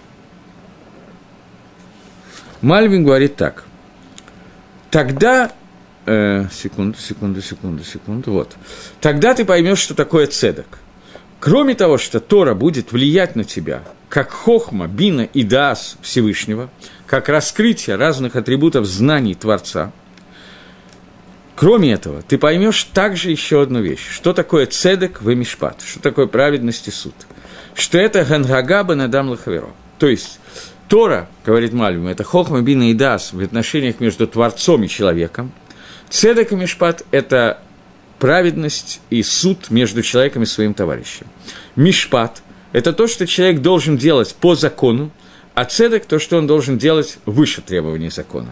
Мальбим говорит так: тогда, э, секунду, секунду, секунду, секунду, вот, тогда ты поймешь, что такое цедек. Кроме того, что Тора будет влиять на тебя, как хохма, бина и даас Всевышнего, как раскрытие разных атрибутов знаний Творца. Кроме этого, ты поймешь также еще одну вещь. Что такое цедек в мишпат? Что такое праведность и суд? Что это гангага бенадам лахаверо. То есть, Тора, говорит Мальбим, это хохма, бина и даас в отношениях между Творцом и человеком. Цедек и мишпат – это праведность и суд между человеком и своим товарищем. Мишпат – это то, что человек должен делать по закону, а цедек – то, что он должен делать выше требований закона.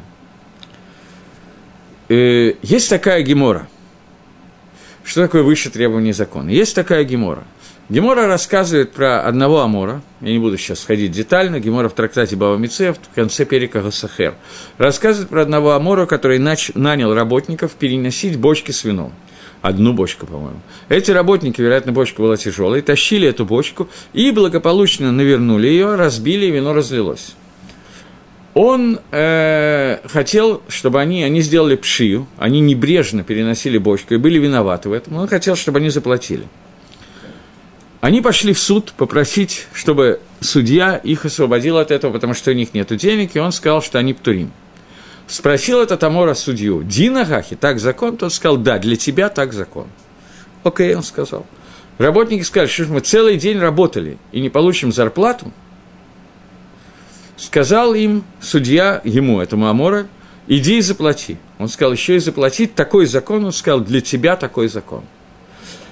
Есть такая гемора. Что такое выше требований закона? Есть такая гемора. Гемора рассказывает про одного Амора. Я не буду сейчас ходить детально. Гемора в трактате Бава Меция в конце перека Гасахер. Рассказывает про одного Амора, который нач... нанял работников переносить бочки с вином. Одну бочку, по-моему. Эти работники, вероятно, бочка была тяжелой, тащили эту бочку и благополучно навернули ее, разбили, и вино разлилось. Он э, хотел, чтобы они, они сделали пшию, они небрежно переносили бочку и были виноваты в этом, он хотел, чтобы они заплатили. Они пошли в суд попросить, чтобы судья их освободил от этого, потому что у них нет денег, и он сказал, что они птурим. Спросил этот Амора судью: «Дина Гахи, так закон?» Тот сказал: «Да, для тебя так закон». «Окей», он сказал. Работники сказали: «Что ж мы целый день работали и не получим зарплату?» Сказал им судья, ему, этому Амора: «Иди и заплати». Он сказал: «Еще и заплатить, такой закон». Он сказал: «Для тебя такой закон».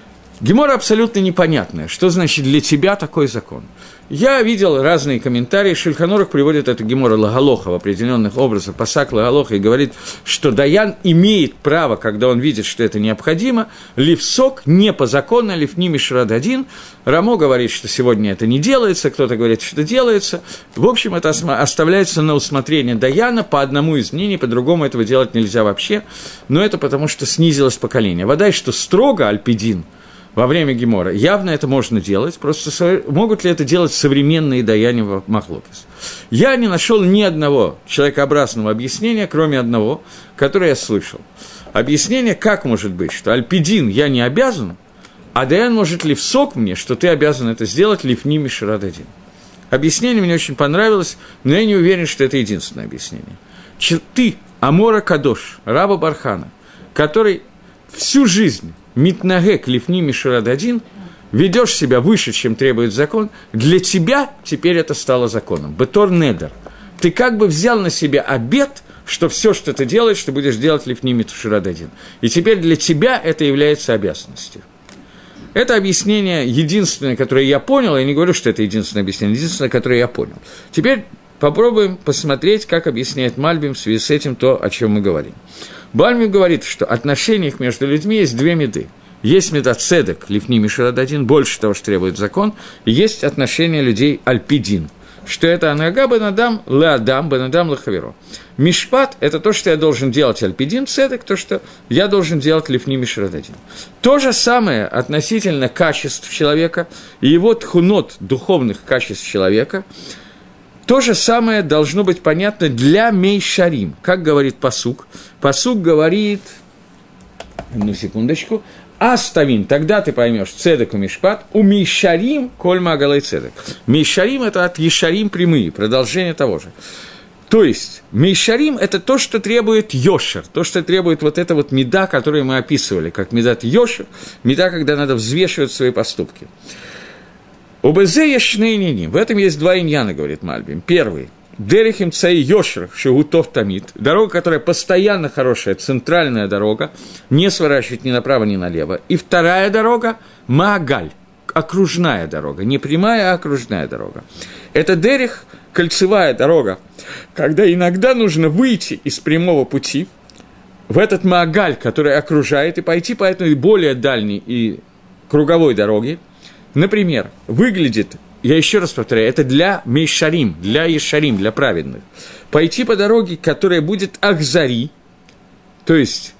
Гемора абсолютно непонятная. Что значит для тебя такой закон? Я видел разные комментарии. Шульхан Арух приводит эту гемору Лагалоха в определенных образах, пасак Лагалоха, и говорит, что даян имеет право, когда он видит, что это необходимо, лифсок не по закону, лифни мишрад один. Рамо говорит, что сегодня это не делается, кто-то говорит, что делается. В общем, это оставляется на усмотрение даяна по одному из мнений, по-другому этого делать нельзя вообще. Но это потому, что снизилось поколение. Вода, что строго альпидин, во время гемора. Явно это можно делать, просто могут ли это делать современные даяния в махлокис? Я не нашел ни одного человекообразного объяснения, кроме одного, которое я слышал. Объяснение, как может быть, что альпидин я не обязан, а даян может ли всок мне, что ты обязан это сделать, лифни мишрад один. Объяснение мне очень понравилось, но я не уверен, что это единственное объяснение. Ты, Амора Кадош, раба Бархана, который всю жизнь митнагек лифни мишрад один, ведешь себя выше, чем требует закон, для тебя теперь это стало законом. Бетор недер. Ты как бы взял на себя обет, что все, что ты делаешь, ты будешь делать лифни мишрад один. И теперь для тебя это является обязанностью. Это объяснение единственное, которое я понял, я не говорю, что это единственное объяснение, единственное, которое я понял. Теперь попробуем посмотреть, как объясняет Мальбим в связи с этим то, о чем мы говорим. Мальбим говорит, что в отношениях между людьми есть две меды. Есть меда цедек, лифни мишрад один, больше того, что требует закон, и есть отношения людей альпидин, что это анага бенадам леадам, бенадам лехаверо. Мишпат – это то, что я должен делать альпидин, цедек – то, что я должен делать лифни мишрад один. То же самое относительно качеств человека и его тхунот, духовных качеств человека – то же самое должно быть понятно для мейшарим. Как говорит пасук? Пасук говорит, одну секундочку, аставин, тогда ты поймешь, цедек у мишпат, у мейшарим коль магалай цедек. Мейшарим – это от ешарим прямые, продолжение того же. То есть, мейшарим – это то, что требует йошер, то, что требует вот эта вот меда, которую мы описывали, как медат йошер, меда, когда надо взвешивать свои поступки. Обезе яшны нини. В этом есть два иньяна, говорит Мальбим. Первый. Дерехим цаи йошер, шигутов тамид. Дорога, которая постоянно хорошая, центральная дорога, не сворачивает ни направо, ни налево. И вторая дорога – маагаль, окружная дорога. Не прямая, а окружная дорога. Это дерех, кольцевая дорога, когда иногда нужно выйти из прямого пути в этот маагаль, который окружает, и пойти по этой более дальней и круговой дороге. Например, выглядит, я еще раз повторяю, это для мейшарим, для ешарим, для праведных. Пойти по дороге, которая будет ахзари, то есть,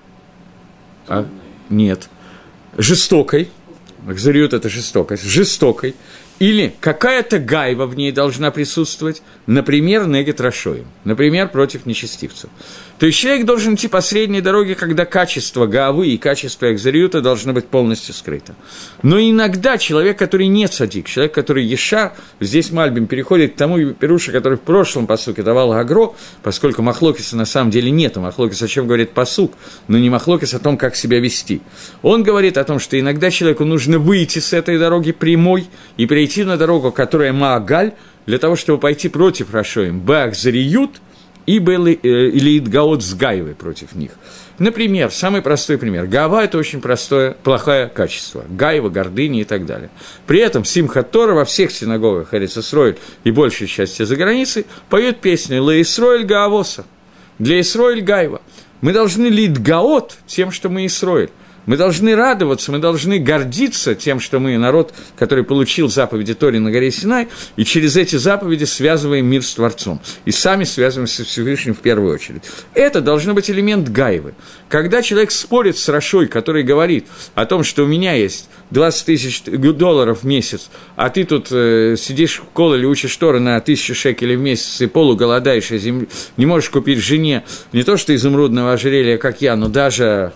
а, нет, жестокой, ахзариют – это жестокость, жестокой, или какая-то гайва в ней должна присутствовать, например, негет рашоим, например, против нечестивцев. То есть человек должен идти по средней дороге, когда качество гаавы и качество экзариюта должно быть полностью скрыто. Но иногда человек, который не цадик, человек, который ешар, здесь Мальбим переходит к тому пирушу, который в прошлом пасуке давал агро, поскольку махлокиса на самом деле нет, махлокис о чем говорит пасук, но не махлокис о том, как себя вести. Он говорит о том, что иногда человеку нужно выйти с этой дороги прямой и перейти на дорогу, которая маагаль, для того, чтобы пойти против рашоим, баахзариют, и были, э, или идгаот с гайвой против них. Например, самый простой пример. Гава – это очень простое, плохое качество. Гайва, гордыня и так далее. При этом Симхат Тора во всех синагогах Эрец Исроэль и большей части за границей поют песню «Ле Исроэль Гаавоса». Для Исроэль Гайва. Мы должны ли идгаот тем, что мы Исроэль. Мы должны радоваться, мы должны гордиться тем, что мы народ, который получил заповеди Тори на горе Синай, и через эти заповеди связываем мир с Творцом. И сами связываемся с Всевышним в первую очередь. Это должно быть элемент гайвы. Когда человек спорит с Рашой, который говорит о том, что у меня есть двадцать тысяч долларов в месяц, а ты тут э, сидишь в коле или учишь Торы на тысячу шекелей в месяц и полуголодаешь, и земли, не можешь купить жене не то что изумрудного ожерелья, как я, но даже...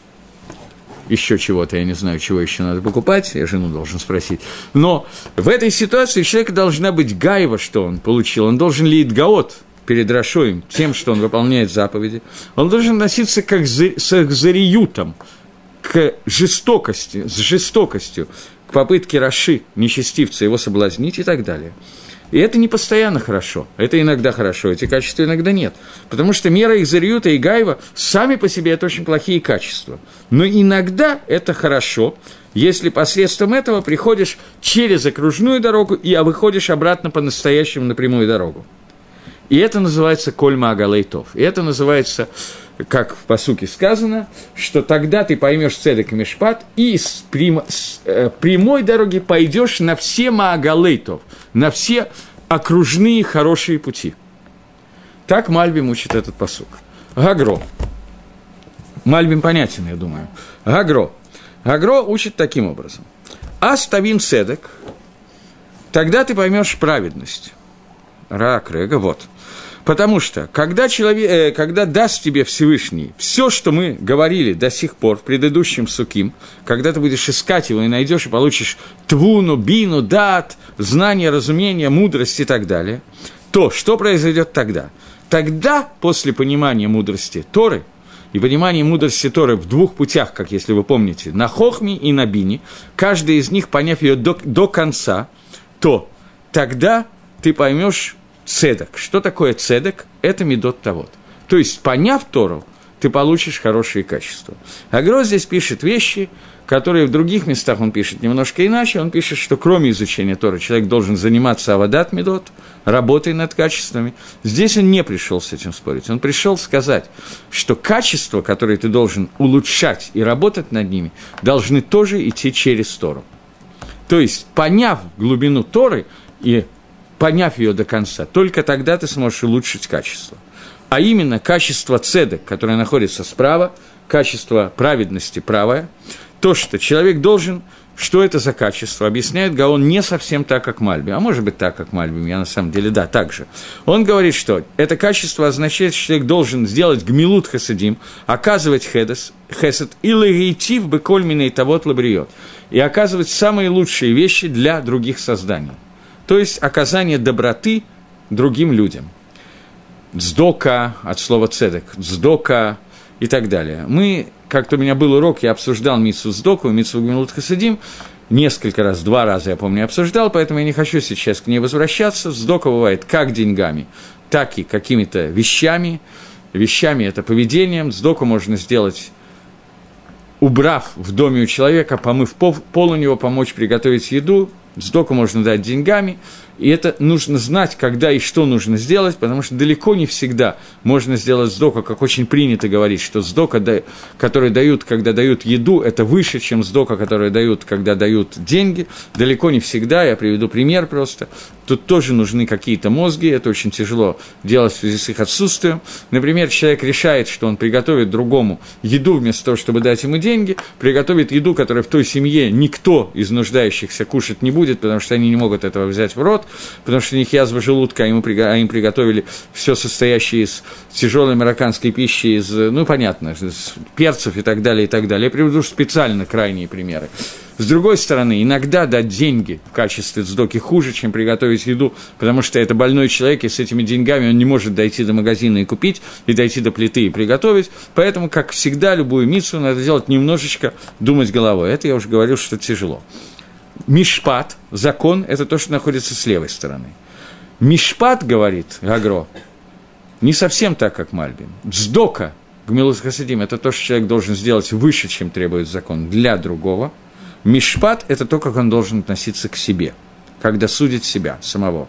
еще чего-то, я не знаю, чего еще надо покупать, я жену должен спросить. Но в этой ситуации у человека должна быть гайва, что он получил. Он должен ли идгаот перед Рашоем тем, что он выполняет заповеди. Он должен относиться как с экзариютом, к к жестокости, с жестокостью, к попытке Раши, нечестивца, его соблазнить и так далее. И это не постоянно хорошо, это иногда хорошо, эти качества иногда нет. Потому что мера Ихзариюта и Гайва сами по себе – это очень плохие качества. Но иногда это хорошо, если посредством этого приходишь через окружную дорогу и выходишь обратно по-настоящему на прямую дорогу. И это называется «коль маагалей тов». И это называется, как в пасуке сказано, что тогда ты поймешь цедек и мишпат, и с, прям, с э, прямой дороги пойдешь на все маагалей тов, на все окружные хорошие пути. Так Мальбим учит этот пасук. Гагро. Мальбим понятен, я думаю. Гагро. Гагро учит таким образом. Аставин цедек, тогда ты поймешь праведность. Рак, рега, вот. Потому что, когда, человек, э, когда даст тебе Всевышний все, что мы говорили до сих пор в предыдущем суким, когда ты будешь искать его и найдешь, и получишь твуну, бину, дат, знание, разумение, мудрость и так далее, то что произойдет тогда? Тогда, после понимания мудрости Торы, и понимания мудрости Торы в двух путях, как если вы помните, на хохме и на бине, каждый из них, поняв ее до, до конца, то тогда ты поймешь цедек. Что такое цедек? Это мидот тавот. То есть, поняв Тору, ты получишь хорошие качества. Агро здесь пишет вещи, которые в других местах он пишет немножко иначе. Он пишет, что кроме изучения Торы человек должен заниматься авадат мидот, работой над качествами. Здесь он не пришел с этим спорить. Он пришел сказать, что качества, которые ты должен улучшать и работать над ними, должны тоже идти через Тору. То есть, поняв глубину Торы и поняв ее до конца, только тогда ты сможешь улучшить качество. А именно качество цедек, которое находится справа, качество праведности правое, то, что человек должен, что это за качество, объясняет Гаон не совсем так, как Мальбим, а может быть так, как Мальбим, я на самом деле, да, так же. Он говорит, что это качество означает, что человек должен сделать гмилут хасидим, оказывать хедес, хесед, и лагейтив бы кольминой тавот лабриот, и оказывать самые лучшие вещи для других созданий. То есть оказание доброты другим людям. Цдока, от слова цедек, цдока и так далее. Мы, как-то у меня был урок, я обсуждал мицву цдоку, мицву гмилут хасидим, несколько раз, два раза, я помню, обсуждал, поэтому я не хочу сейчас к ней возвращаться. Цдока бывает как деньгами, так и какими-то вещами. Вещами – это поведением. Цдоку можно сделать, убрав в доме у человека, помыв пол, пол у него, помочь приготовить еду. Цдоку можно дать деньгами, и это нужно знать, когда и что нужно сделать, потому что далеко не всегда можно сделать цдоку, как очень принято говорить, что цдока, которые дают, когда дают еду, это выше, чем цдока, которые дают, когда дают деньги. Далеко не всегда, я приведу пример просто. Тут тоже нужны какие-то мозги, это очень тяжело делать в связи с их отсутствием. Например, человек решает, что он приготовит другому еду вместо того, чтобы дать ему деньги, приготовит еду, которую в той семье никто из нуждающихся кушать не будет, потому что они не могут этого взять в рот, потому что у них язва желудка, а им приготовили все состоящее из тяжелой марокканской пищи, из, ну, понятно, из перцев и так далее, и так далее. Я приведу специально крайние примеры. С другой стороны, иногда дать деньги в качестве цдоки хуже, чем приготовить еду, потому что это больной человек, и с этими деньгами он не может дойти до магазина и купить, и дойти до плиты и приготовить. Поэтому, как всегда, любую мицву надо делать немножечко, думать головой. Это я уже говорил, что тяжело. Мишпат, закон, это то, что находится с левой стороны. Мишпат, говорит Гагро, не совсем так, как Мальбим. Цдока, гмилут хасидим, это то, что человек должен сделать выше, чем требует закон, для другого. Мишпат – это то, как он должен относиться к себе, когда судит себя самого.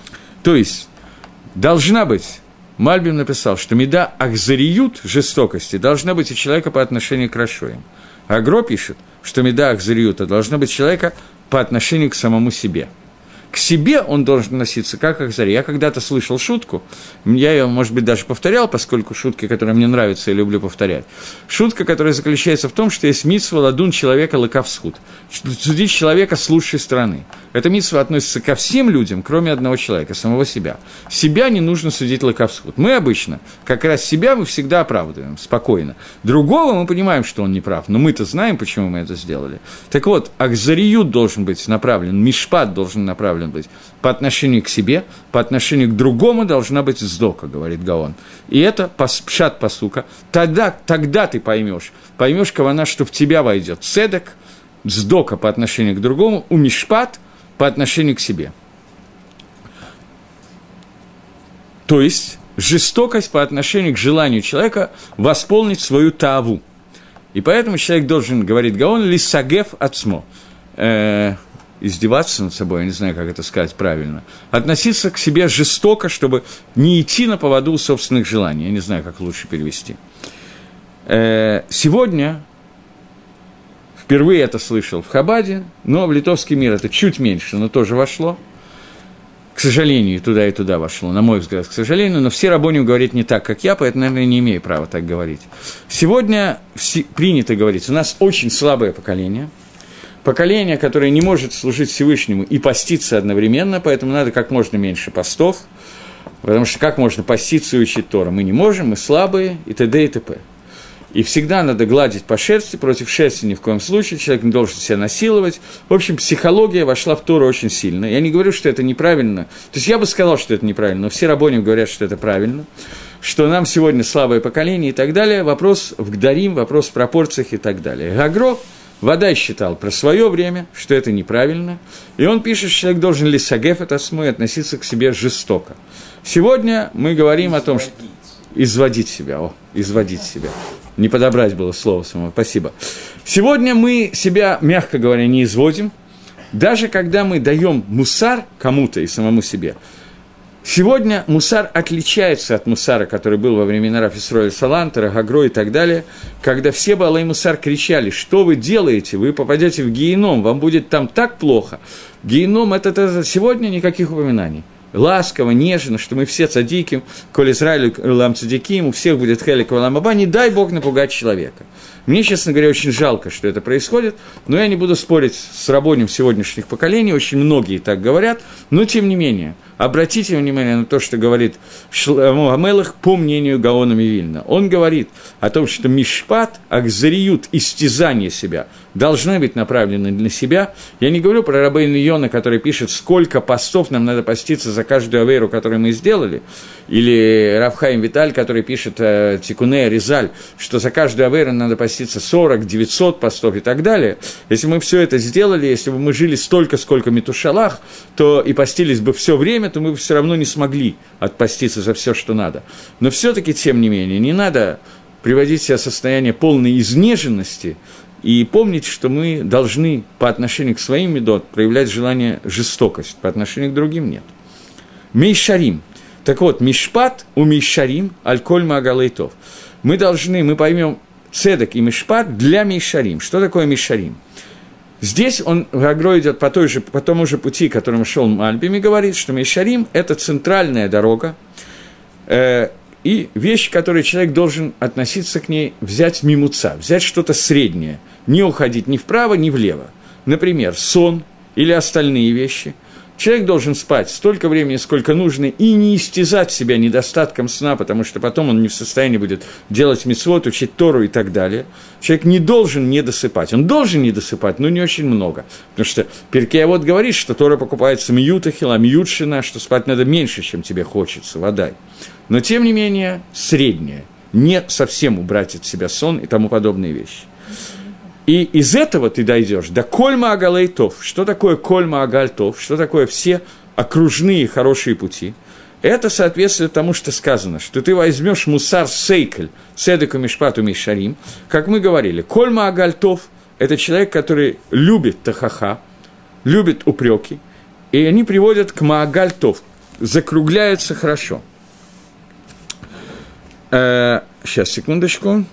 То есть, должна быть, Мальбим написал, что меда ахзариют, жестокости, должна быть у человека по отношению к рашоим. Агро пишет, что меда ахзариюта должна быть у человека по отношению к самому себе. К себе он должен относиться как ахзари. Я когда-то слышал шутку, я ее, может быть, даже повторял, поскольку шутки, которые мне нравятся, я люблю повторять. Шутка, которая заключается в том, что есть мицва ладун человека лакавсхуд. Судить человека с лучшей стороны. Эта мицва относится ко всем людям, кроме одного человека, самого себя. Себя не нужно судить лакавсхуд. Мы обычно, как раз себя мы всегда оправдываем, спокойно. Другого мы понимаем, что он не прав, но мы-то знаем, почему мы это сделали. Так вот, ахзариют должен быть направлен, мишпат должен направлен должен быть по отношению к себе, по отношению к другому должна быть сдока, говорит Гаон. И это пшат пасука. Тогда, тогда ты поймешь, поймешь, кавана, что в тебя войдет цедек, сдока по отношению к другому, умишпат по отношению к себе. То есть жестокость по отношению к желанию человека восполнить свою тааву. И поэтому человек должен, говорит Гаон, лисагеф ацмо, э, издеваться над собой, я не знаю, как это сказать правильно, относиться к себе жестоко, чтобы не идти на поводу у собственных желаний. Я не знаю, как лучше перевести. Э, сегодня, впервые это слышал в Хабаде, но в литовский мир это чуть меньше, но тоже вошло. К сожалению, и туда, и туда вошло, на мой взгляд, к сожалению, но все рабоним говорят не так, как я, поэтому, наверное, не имею права так говорить. Сегодня принято говорить, у нас очень слабое поколение, поколение, которое не может служить Всевышнему и поститься одновременно, поэтому надо как можно меньше постов, потому что как можно поститься и учить Тору? Мы не можем, мы слабые, и т.д. и т.п. И всегда надо гладить по шерсти, против шерсти ни в коем случае, человек не должен себя насиловать. В общем, психология вошла в Тору очень сильно. Я не говорю, что это неправильно. То есть я бы сказал, что это неправильно, но все рабоним говорят, что это правильно, что нам сегодня слабое поколение и так далее. Вопрос в Гдарим, вопрос в пропорциях и так далее. Гагро Водай считал про свое время, что это неправильно, и он пишет, что человек должен лисагеф это смой, относиться к себе жестоко. Сегодня мы говорим изводить. о том, что... Изводить себя, о, изводить себя. Не подобрать было слово само, спасибо. Сегодня мы себя, мягко говоря, не изводим, даже когда мы даем мусар кому-то и самому себе. Сегодня мусар отличается от мусара, который был во времена Рав Исроэля Салантера, Гагро и так далее, когда все Баалей Мусар кричали, что вы делаете, вы попадете в гееном, вам будет там так плохо. Гееном – это, это сегодня никаких упоминаний. Ласково, нежно, что мы все цадиким, коль Израиль лам цадиким, у всех будет хелик валам аба, не дай Бог напугать человека. Мне, честно говоря, очень жалко, что это происходит, но я не буду спорить с рабоним сегодняшних поколений, очень многие так говорят, но тем не менее, обратите внимание на то, что говорит Шломо ха-Мелех по мнению Гаона Мивильна. Он говорит о том, что мишпат, акзариют, истязание себя, должны быть направлены на себя. Я не говорю про рабейну Йона, который пишет, сколько постов нам надо поститься за каждую авейру, которую мы сделали, или Рав Хаим Виталь, который пишет э, Тикуней Аризаль, что за каждую авейру надо поститься сорок, девятьсот постов и так далее. Если мы все это сделали, если бы мы жили столько, сколько Метушалах, то и постились бы все время, то мы бы все равно не смогли отпоститься за все, что надо. Но все-таки, тем не менее, не надо приводить себя в состояние полной изнеженности и помнить, что мы должны по отношению к своим медот проявлять желание жестокость, по отношению к другим нет. Мейшарим. Так вот, мишпат у мейшарим аль-коль маагалейтов. Мы должны, мы поймем цедек и мишпат для мейшарим. Что такое мейшарим? Здесь он, Гагро идет по, той же, по тому же пути, которым шел Мальбим, и говорит, что мейшарим – это центральная дорога, э, и вещь, к которой человек должен относиться к ней, взять мимуца, взять что-то среднее, не уходить ни вправо, ни влево. Например, сон или остальные вещи. Человек должен спать столько времени, сколько нужно, и не истязать себя недостатком сна, потому что потом он не в состоянии будет делать мицвот, учить Тору и так далее. Человек не должен не досыпать. Он должен не досыпать, но не очень много. Потому что Перкей Авот говорит, что Тора покупается мьютахила, мьютшина, что спать надо меньше, чем тебе хочется, водай. Но, тем не менее, среднее. Не совсем убрать от себя сон и тому подобные вещи. И из этого ты дойдешь до кольма агалейтов. Что такое кольма агальтов? Что такое все окружные хорошие пути? Это соответствует тому, что сказано, что ты возьмешь мусар сейкль, цедеку мишпату мишарим, как мы говорили, кольма агальтов – это человек, который любит тахаха, любит упреки, и они приводят к маагальтов, закругляются хорошо. Э, сейчас, секундочку.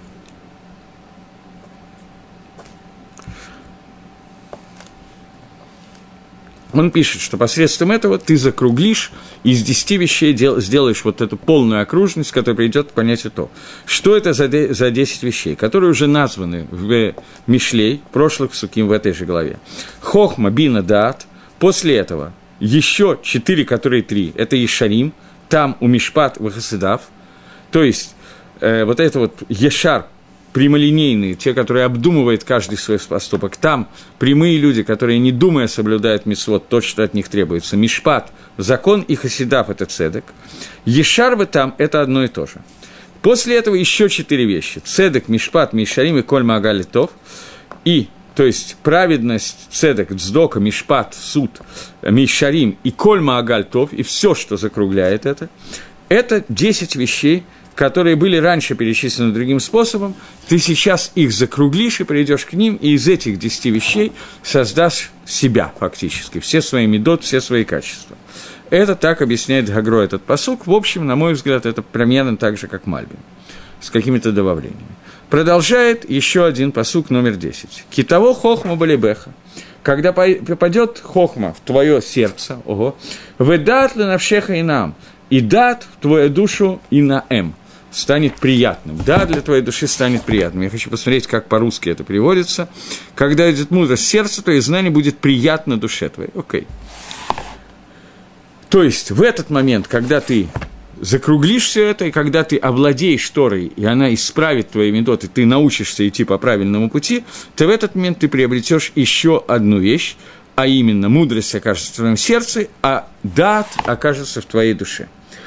Он пишет, что посредством этого ты закруглишь, и из десяти вещей дел, сделаешь вот эту полную окружность, которая придет к понятию то. Что это за, де, за десять вещей, которые уже названы в Мишлей, в прошлых суким в этой же главе. Хохма, бина, даат. После этого еще четыре, которые три. Это Ешарим, там у Мишпат, в Хасидав. То есть, э, вот это вот Ешар, прямолинейные, те, которые обдумывают каждый свой поступок. Там прямые люди, которые, не думая, соблюдают мицвот, то, что от них требуется. Мишпат – закон, и хасидав – это цедек. Ешарвы там – это одно и то же. После этого еще четыре вещи. Цедек, мишпат, мишарим и коль маагаль тов. И, то есть, праведность, цедек, цдока, мишпат, суд, мишарим и коль маагаль тов, и все, что закругляет это, это десять вещей, которые были раньше перечислены другим способом, ты сейчас их закруглишь и придешь к ним, и из этих десяти вещей создашь себя фактически, все свои медот, все свои качества. Это так объясняет Гагро этот пасук. В общем, на мой взгляд, это примерно так же, как Мальбим, с какими-то добавлениями. Продолжает еще один пасук номер десять. «Китаво хохма балибеха». Когда попадет хохма в твое сердце, ого, «Ведат ленавшеха и нам», и дат в твою душу и на эм станет приятным. Да, для твоей души станет приятным. Я хочу посмотреть, как по-русски это переводится. Когда идет мудрость сердца, то и знание будет приятно душе твоей. Окей. То есть, в этот момент, когда ты закруглишь все это, и когда ты овладеешь Торой, и она исправит твои медоты, ты научишься идти по правильному пути, то в этот момент ты приобретешь еще одну вещь, а именно мудрость окажется в твоем сердце, а дат окажется в твоей душе.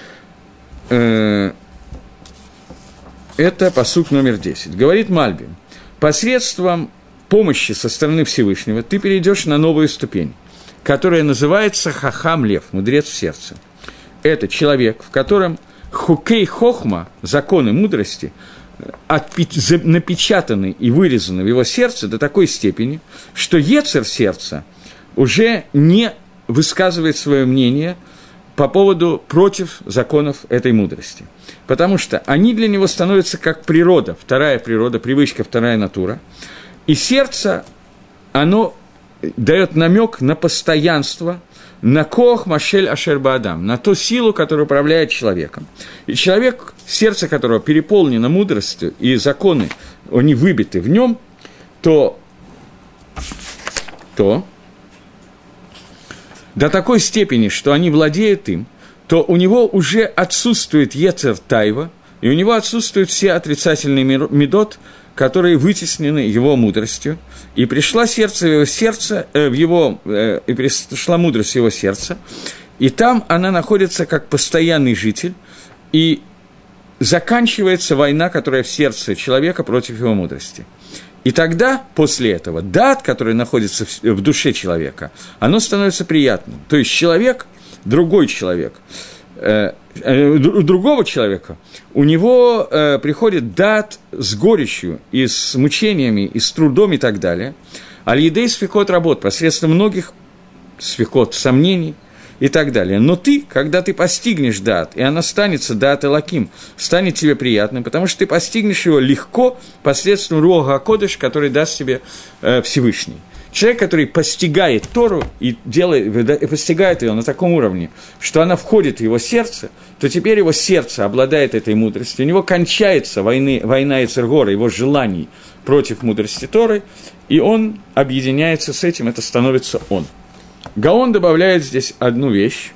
Это пасук номер десять. Говорит Мальбим, посредством помощи со стороны Всевышнего ты перейдешь на новую ступень, которая называется хахам лев, мудрец в сердце. Это человек, в котором хукей хохма, законы мудрости, напечатаны и вырезаны в его сердце до такой степени, что ецер сердца уже не высказывает свое мнение по поводу против законов этой мудрости. Потому что они для него становятся как природа, вторая природа, привычка, вторая натура. И сердце, оно дает намек на постоянство, на коах машель ашер баадам, на ту силу, которая управляет человеком. И человек, сердце которого переполнено мудростью, и законы, они выбиты в нем, то, то до такой степени, что они владеют им, то у него уже отсутствует ецер тайва, и у него отсутствуют все отрицательные медот, которые вытеснены его мудростью, и пришла сердце в его сердце, э, в его, э, и пришла мудрость в его сердца, и там она находится как постоянный житель, и заканчивается война, которая в сердце человека против его мудрости. И тогда, после этого, дат, который находится в, в душе человека, оно становится приятным. То есть человек, другой человек, э, э, у другого человека, у него э, приходит дат с горечью, и с мучениями, и с трудом, и так далее. Аль-Едей сфикот работ, посредством многих сфикот, сомнений, и так далее. Но ты, когда ты постигнешь дат, и она станется, дат элоким, станет тебе приятным, потому что ты постигнешь его легко посредством руаха акодыш, который даст тебе э, Всевышний. Человек, который постигает Тору и, делает, и постигает ее на таком уровне, что она входит в его сердце, то теперь его сердце обладает этой мудростью, у него кончается войны, война Ецер-гора, его желаний против мудрости Торы, и он объединяется с этим, это становится он. Гаон добавляет здесь одну вещь.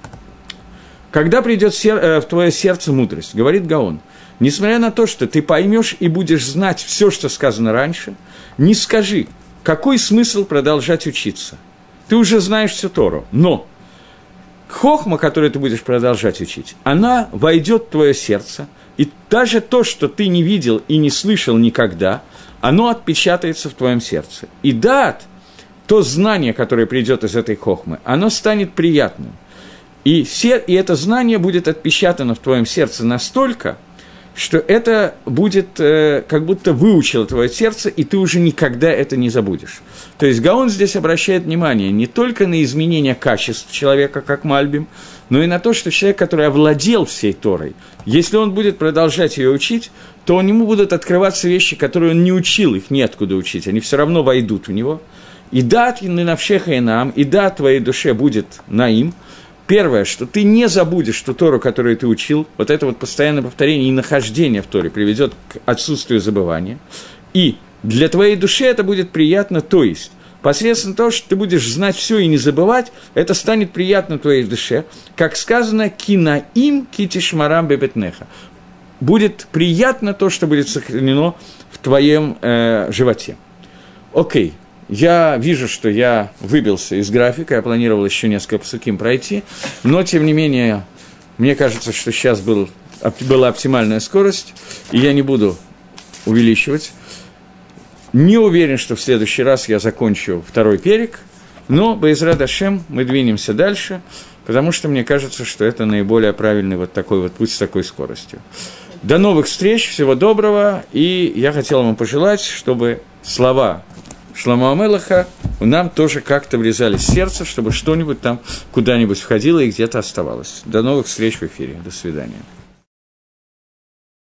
Когда придет сер- э, в твое сердце мудрость, говорит Гаон, несмотря на то, что ты поймешь и будешь знать все, что сказано раньше, не скажи, какой смысл продолжать учиться. Ты уже знаешь всю Тору, но хохма, которую ты будешь продолжать учить, она войдет в твое сердце, и даже то, что ты не видел и не слышал никогда, оно отпечатается в твоем сердце. И дат, то знание, которое придет из этой хохмы, оно станет приятным. И, сер... и это знание будет отпечатано в твоем сердце настолько, что это будет, э, как будто выучило твое сердце, и ты уже никогда это не забудешь. То есть Гаон здесь обращает внимание не только на изменение качеств человека, как Мальбим, но и на то, что человек, который овладел всей Торой, если он будет продолжать ее учить, то у него будут открываться вещи, которые он не учил, их неоткуда учить, они все равно войдут в него. И дат навшеха и нам, и дат твоей душе будет наим. Первое, что ты не забудешь ту Тору, которую ты учил, вот это вот постоянное повторение и нахождение в Торе приведет к отсутствию забывания. И для твоей души это будет приятно, то есть посредством того, что ты будешь знать все и не забывать, это станет приятно твоей душе, как сказано «кинаим китишмарам бебетнеха». будет приятно то, что будет сохранено в твоем э, животе. Окей, я вижу, что я выбился из графика, я планировал еще несколько псуким пройти, но, тем не менее, мне кажется, что сейчас был, была оптимальная скорость, и я не буду увеличивать. Не уверен, что в следующий раз я закончу второй перек, но, бе'эзрат Ашем, мы двинемся дальше, потому что мне кажется, что это наиболее правильный вот такой вот путь с такой скоростью. До новых встреч, всего доброго, и я хотел вам пожелать, чтобы слова Шломо ха-Мелеха нам тоже как-то врезались в сердце, чтобы что-нибудь там куда-нибудь входило и где-то оставалось. До новых встреч в эфире. До свидания.